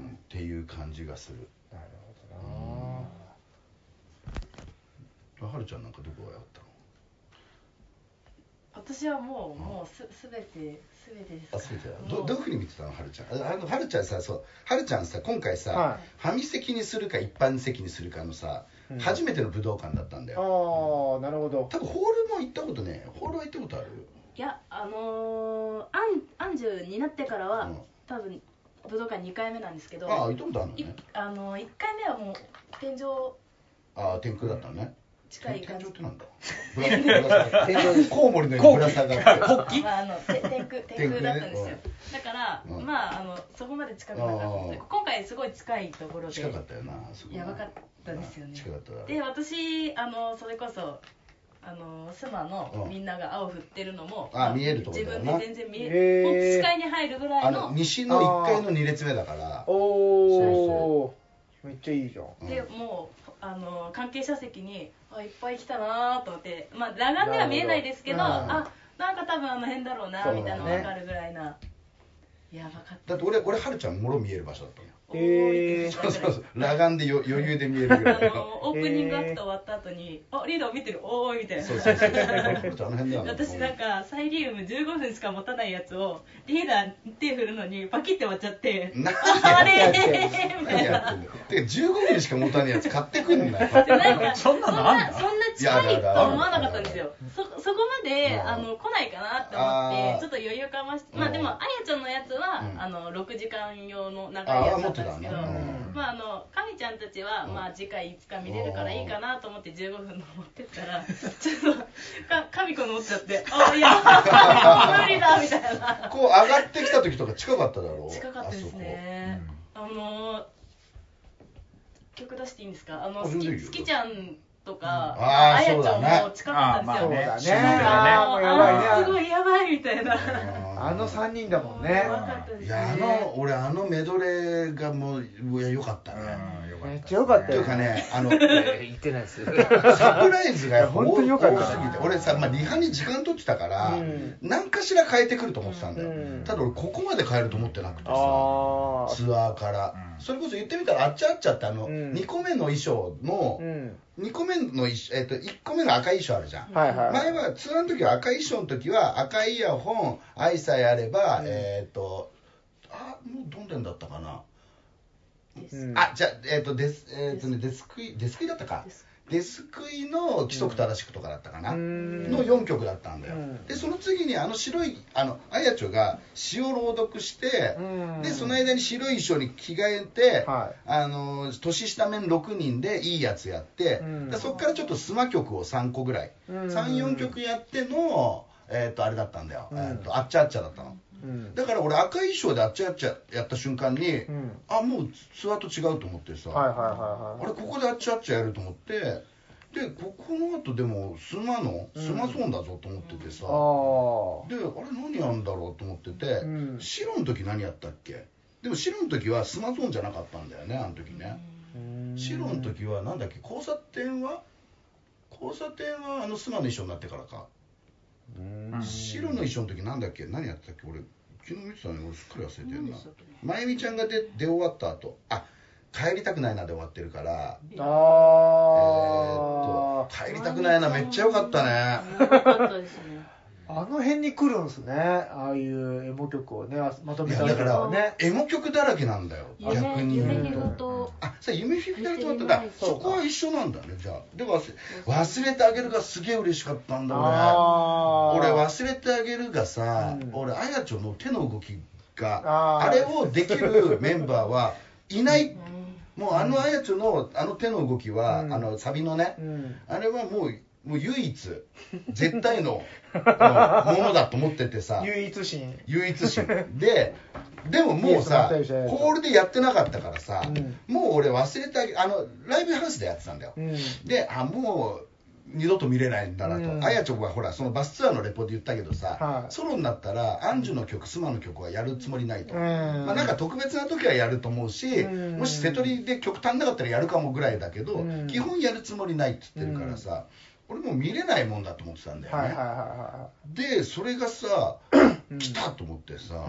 D: っていう感じがする。なるほどな。はるちゃんなんかどこが良かったの？
C: 私はもう、うん、もうすすべてすべてですか。
D: あ、すべてだ。どどういうふうに見てたの、はるちゃん。あのはるちゃんさ、そうはるちゃんさ今回さ、はい、ファミ席にするか一般席にするかのさ、うん、初めての武道館だったんだよ。
A: ああ、なるほど。
D: 多分ホールも行ったことね。ホールは行ったことある？
C: いや、あのー、アンアンジュになってからは、うん、多分武道館にかいめなんですけど。
D: ああ、行ったことあるのね。
C: あのー、いっかいめはもう天井。
D: ああ、天空だったのね。
C: 近い感じ。
D: 天井ってなんだ。天井にコウモリのようにぶら下がって。
C: 国旗？あの天空天空だったんですよ。だからまああのそこまで近くなかった。今回すごい近いところで。
D: 近かったよな。
C: やばかったですよね。
D: 近かった。
C: で私あのそれこそあのスマのみんなが青振ってるのも
D: あ見えるところ
C: 自分で全然見える。本当視界に入るぐらいの。
D: 西のいっかいのに列目だから。
A: おお。めっちゃいいじゃん。
C: でもうあの関係者席にあいっぱい来たなと思って、まあ裸眼では見えないですけど、うん、あなんか多分あの辺だろうなみたいなの分かるぐらいな、やばかった。
D: だって俺俺はるちゃんもろ見える場所だったのよ。
A: えー、
D: そうそうそう裸眼でよ余裕で見えるぐらい
C: あのオープニングアクト終わった後に「あリーダー見てるおーい」みたいな。
D: そうそうそう
C: 私なんかサイリウムじゅうごふんしか持たないやつをリーダー手振るのにパキって割っちゃって「あれー」みたいな。
D: てじゅうごふんしか持たないやつ買ってくんなよ。
E: そんなのあんだ。
C: そんな近いと思わなかったんですよ。そそこまであの来ないかなって思ってちょっと余裕かまして、まあでもあやちゃんのやつはあのろくじかん用の長いやつだったんですけど、まああのかみちゃんたちはまあ次回いつか見れるからいいかなと思ってじゅうごふんの持ってったらちょっとかかみこ乗っちゃってあいや無理だみたいな。
D: こう上がってきた時とか近かっただろう。
C: 近かったですね。あの曲出していいんですか。あの好き好きちゃんとかあやちゃんも近かったんですよ。
A: そうだね。あもうやばいね。
C: すごいやばいみたいな。
A: あのさんにんだもんね。
D: いやあの俺あのメドレーがもう良かったね。 かった。
A: めっちゃよかったよ。
D: というかね、あの、
B: 言ってないです。
D: サプライズがやっぱ
A: 本当によかった
D: 多すぎて、俺さ、まあ、リハに時間取ってたから、うん、何かしら変えてくると思ってたんだよ。うん、ただ俺、ここまで変えると思ってなくてさ、ツアーから。うん、それこそ言ってみたら、あっちゃあっちゃってあの、うん、にこめの衣装の、うん、にこめの衣装、えっと、いっこめの赤い衣装あるじゃん。はいはい、前はツアーの時は赤い衣装の時は赤いイヤホン、愛さえあれば、うん、えっと、あ、もうどんでんだったかな。うん、あ、じゃあ、えっ、ー、と、デス、えっ、ー、とね、デスクイ、デスクイだったか。デスクイの規則正しくとかだったかな。うん、のよんきょくだったんだよ。うん、で、その次にあの白い、あの、あやちょが詩を朗読して、うん、で、その間に白い衣装に着替えて、はい、あの、年下面ろくにんでいいやつやって、うん、でそこからちょっとスマ曲をさんこぐらい、うん、さん、よんきょくやっての、えっ、ー、と、あれだったんだよ。うん、えっと、あっちゃあっちゃだったの。うん、だから俺赤い衣装であっちゃあっちゃやった瞬間に、うん、あ、もうツアーと違うと思ってさ、はいはいはいはい、あれここであっちゃあっちゃやると思って、でここの後でもスマのスマソンだぞと思っててさ、うん、であれ何やんだろうと思ってて、うん、白の時何やったっけ。でも白の時はスマソンじゃなかったんだよね、あの時ね。白の時はなんだっけ、交差点は交差点はあのスマの衣装になってからか。白の衣装の時なんだっけ、何やってたっけ、俺昨日見てたのに俺すっかり忘れてるな。まゆみちゃんが出出終わった後、あ、帰りたくないなで終わってるから、あえー、っと帰りたくないなめっちゃ良かったね。良かったですね。
A: あの辺に来るんすね、ああいうエモ曲をね、まとめたりとかね。
D: エモ曲だらけなんだよ、逆に言うと。あ、さあ夢フィフタルと思ったら、そこは一緒なんだね、じゃあ。でも忘れてあげるがすげえ嬉しかったんだ俺。俺忘れてあげるがさ、うん、俺あやちょの手の動きが あ, あれをできるメンバーはいない。もうあのあやちょのあの手の動きは、うん、あのサビのね、うん、あれはもうもう唯一絶対のものだと思っててさ。
A: 唯一心
D: 唯一心で、でももうさホールでやってなかったからさ、うん、もう俺忘れてあげ、あのライブハウスでやってたんだよ、うん、で、あ、もう二度と見れないんだなと、うん、あやちょがほらそのバスツアーのレポで言ったけどさ、はい、ソロになったらアンジュの曲、スマの曲はやるつもりないと、うん、まあ、なんか特別な時はやると思うし、うん、もし瀬戸りで曲足んなかったらやるかもぐらいだけど、うん、基本やるつもりないって言ってるからさ、うん、俺もう見れないもんだと思ってたんだよね、はいはいはいはい、でそれがさ来たと思ってさ、うん、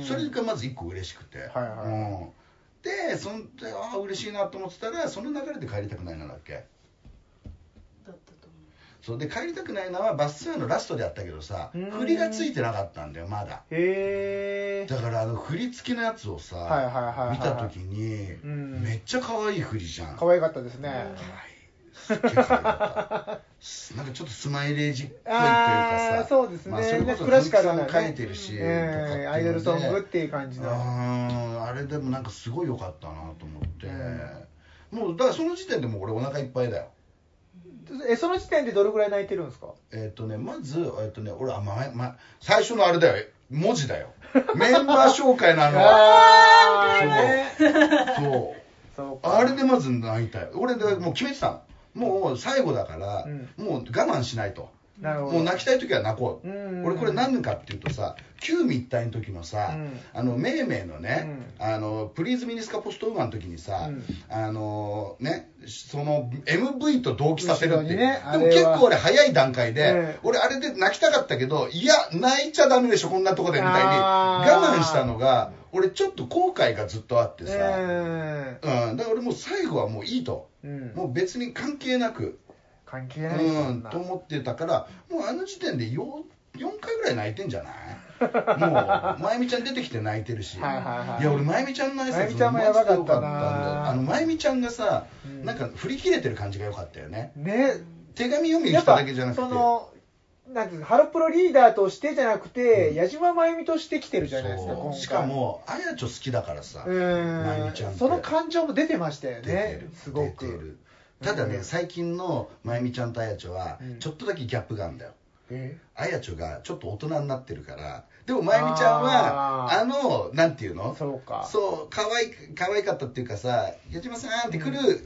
D: それがまず一個嬉しくて、はいはい、うん、でそんでああ嬉しいなと思ってたら、その流れで帰りたくないなだっけだったと思う。そうで、帰りたくないのはバスツアーのラストでやったけどさ、振りがついてなかったんだよまだ。へえ。だからあの振り付きのやつをさ、はいはいはいはい、見た時に、うん、めっちゃ可愛い振りじゃん。
A: 可愛かったですね。可愛い。
D: すっげえ可愛かったなんかちょっとスマイレージっぽいというかさ、
A: そうですね、まあ、
D: それこそクラシカルな書いてるし、
A: ね、アイドルソングっていう感じの、
D: あ, あれでもなんかすごい良かったなと思って、うん、もうだからその時点でもう俺お腹いっぱいだよ。
A: え、その時点でどれぐらい泣いてるんですか？
D: えっ、ー、とね、まず、えっ、ー、とね、俺、あ、ま、ま、最初のあれだよ、文字だよ。メンバー紹介のあの、あそうそうそうあれでまず泣いたよ。俺でもう決めてたの。もう最後だから、うん、もう我慢しないと。なるほど。もう泣きたい時は泣こう。うん俺これ何かっていうとさ、旧密体の時のさ、うん、あのめいめいのね、うん、あのプリーズミニスカポストウーマンの時にさ、うん、あのねその エムブイ と同期させるっていう、ね、でも結構俺早い段階で、うん、俺あれで泣きたかったけど、いや泣いちゃダメでしょこんなとこでみたいに我慢したのが俺ちょっと後悔がずっとあってさ、えーうん、だから俺もう最後はもういいと、うん、もう別に関係なく
A: 関係ないうん、
D: と思ってたから、もうあの時点で よ, よんかいぐらい泣いてんじゃないもうまゆみちゃん出てきて泣いてるしはいはい、はい、いや俺まゆみちゃんの挨拶もマジでよかったんだよ。あのまゆみちゃんがさ、うん、なんか振り切れてる感じがよかったよね。ね、手紙読みに来ただけじゃなくて、その
A: なんていうハロプロリーダーとしてじゃなくて、うん、矢島まゆみとして来てるじゃないですか今回。
D: しかもあやちょ好きだからさ、まゆみちゃんって
A: その感情も出てましたよね。すごく出てる。
D: ただね、うん、最近のまゆみちゃんとあやちょはちょっとだけギャップがあるんだよ、うん、あやちょがちょっと大人になってるから。でもまゆみちゃんは あ, あのなんていうの、
A: そうか、
D: そうかわいかわいかったっていうかさ、矢島さんって来る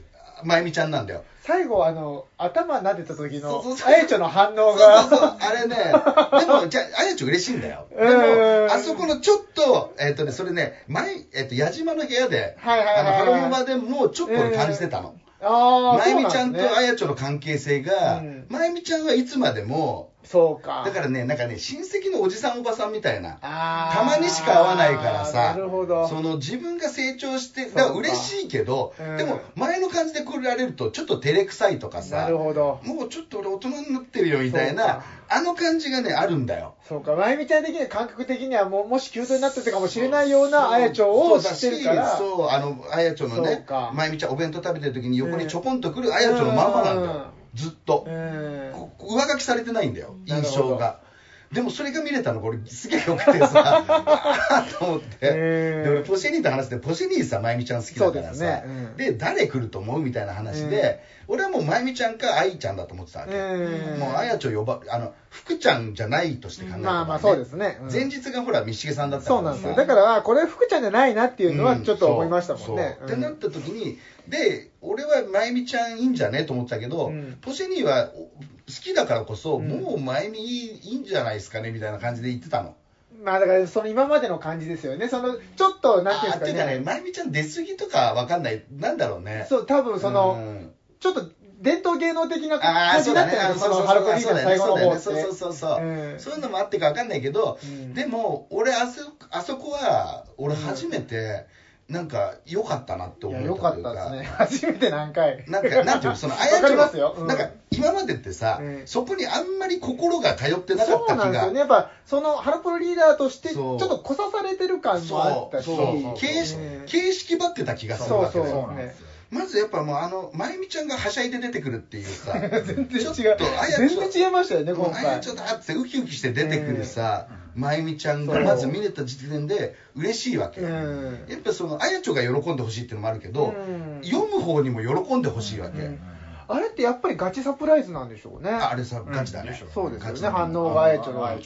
D: まゆみちゃんなんだよ。
A: 最後あの頭撫でた時のあやちょの反応が
D: そうそうそうあれねでもじゃああやちょ嬉しいんだよ。でもあそこのちょっとえっとねそれね前えっと矢島の部屋であのハロプロでもちょっと感じてたの。まゆみちゃんとあやちょの関係性が、まゆみちゃんはいつまでも
A: そうか。
D: だからね、なんかね、親戚のおじさんおばさんみたいな、たまにしか会わないからさ、
A: なるほど。
D: その自分が成長して、だから嬉しいけど、うん、でも前の感じで来られるとちょっと照れくさいとかさ、
A: なるほど。
D: もうちょっと俺大人になってるよみたいな、あの感じがね、あるんだよ。
A: そうか、まゆみちゃん的には感覚的にはもうもし急騰になってたかもしれないようなあやちょを知ってるから。
D: そう、そうあの、あやちょのね、まゆみちゃんお弁当食べてる時に横にちょこんと来るあやちょのまんまなんだよ。ずっと、上書きされてないんだよ印象が。でもそれが見れたのこれすげえよくてさあと思ってで俺ポシェニーと話してポシェニーさまゆみちゃん好きだからさ で,、ねうん、で誰来ると思うみたいな話で俺はもうまゆみちゃんかあいちゃんだと思ってたわけ。もうあやちょ呼ばあの福ちゃんじゃないとして考えたら、ね、
A: まあまあそうですね、うん、
D: 前日がほら道重さんだったからさ。
A: そうなんですよ。だからこれ福ちゃんじゃないなっていうのはちょっと思いましたもんね、
D: うん、ってなった時にで俺はまゆみちゃんいいんじゃねと思ってたけど、うん、ポシェニーは好きだからこそ、うん、もうまゆみいい、いいんじゃないですかねみたいな感じで言ってたの。
A: まあだからその今までの感じですよね。そのちょっとなんていうんですかね。
D: っていうかね、まゆみちゃん出過ぎとかわかんないなんだろうね。
A: そう多分その、うん、ちょっと伝統芸能的な感じになってるんですよ。そのハロプロリーダー最後の方って。
D: そうそうそうそう、うん、そういうのもあってかわかんないけど、うん、でも俺あそあそこは俺初めて、うんなんか良かったなって思ったというか。
A: 良かったですね。初めて何回。
D: なんかなんていうのそのあやちょの、うん、なんか今までってさ、うん、そこにあんまり心が通ってなかった気が。そうなんですよね。
A: やっぱそのハロプロリーダーとしてちょっとこさされてる感もあったし、
D: 形式形式ばってた気がするわけだよね。まずやっぱもうあのまゆみちゃんがはしゃいで出てくるっていうさ
A: 全然違う全然違いましたよね今回。
D: あやちょだってウキウキして出てくるさ、まゆみちゃんがまず見れた時点で嬉しいわけ。やっぱそのあやちょが喜んでほしいっていうのもあるけど、読む方にも喜んでほしいわけ。
A: あれってやっぱりガチサプライズなんでしょうね。
D: あれさガチだね。
A: そうですよね。反応があやちょの。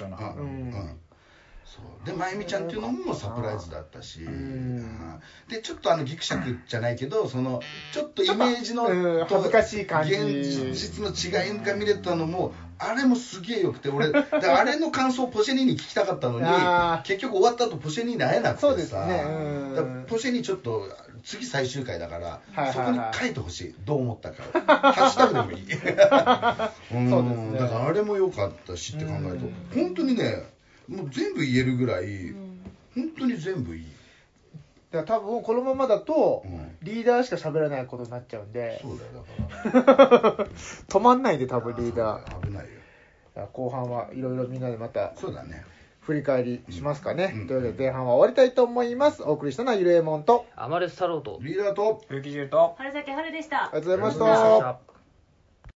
D: でまゆみちゃんっていうのもサプライズだったし、でちょっとあのギクシャクじゃないけどそのちょっとイメージの
A: 恥ずかしい感じ
D: 現実の違いが見れたのもあれもすげえよくて俺あれの感想をポシェニーに聞きたかったのに結局終わった後ポシェニーに会えなくてさ。
A: そうですね。
D: だポシェニーちょっと次最終回だから、はいはいはい、そこに書いてほしいどう思ったかハッシュタグでもいいうんそうですね。だからあれも良かったしって考えると本当にねもう全部言えるぐらい、うん、本当に全部いい。
A: だから多分このままだと、うん、リーダーしか喋らないことになっちゃうんで。
D: そうだよだから
A: 止まんないで多分リーダ
D: ー。危ないよ。
A: 後半はいろいろみんなでまた
D: そうだね
A: 振り返りしますかね、うん、というわけで前半は終わりたいと思います。お送りしたのはゆるえもんと
B: アマレス太郎と
D: リーダーと
E: ゆきじゅうと
C: 春崎春でした。
A: ありがとうございました。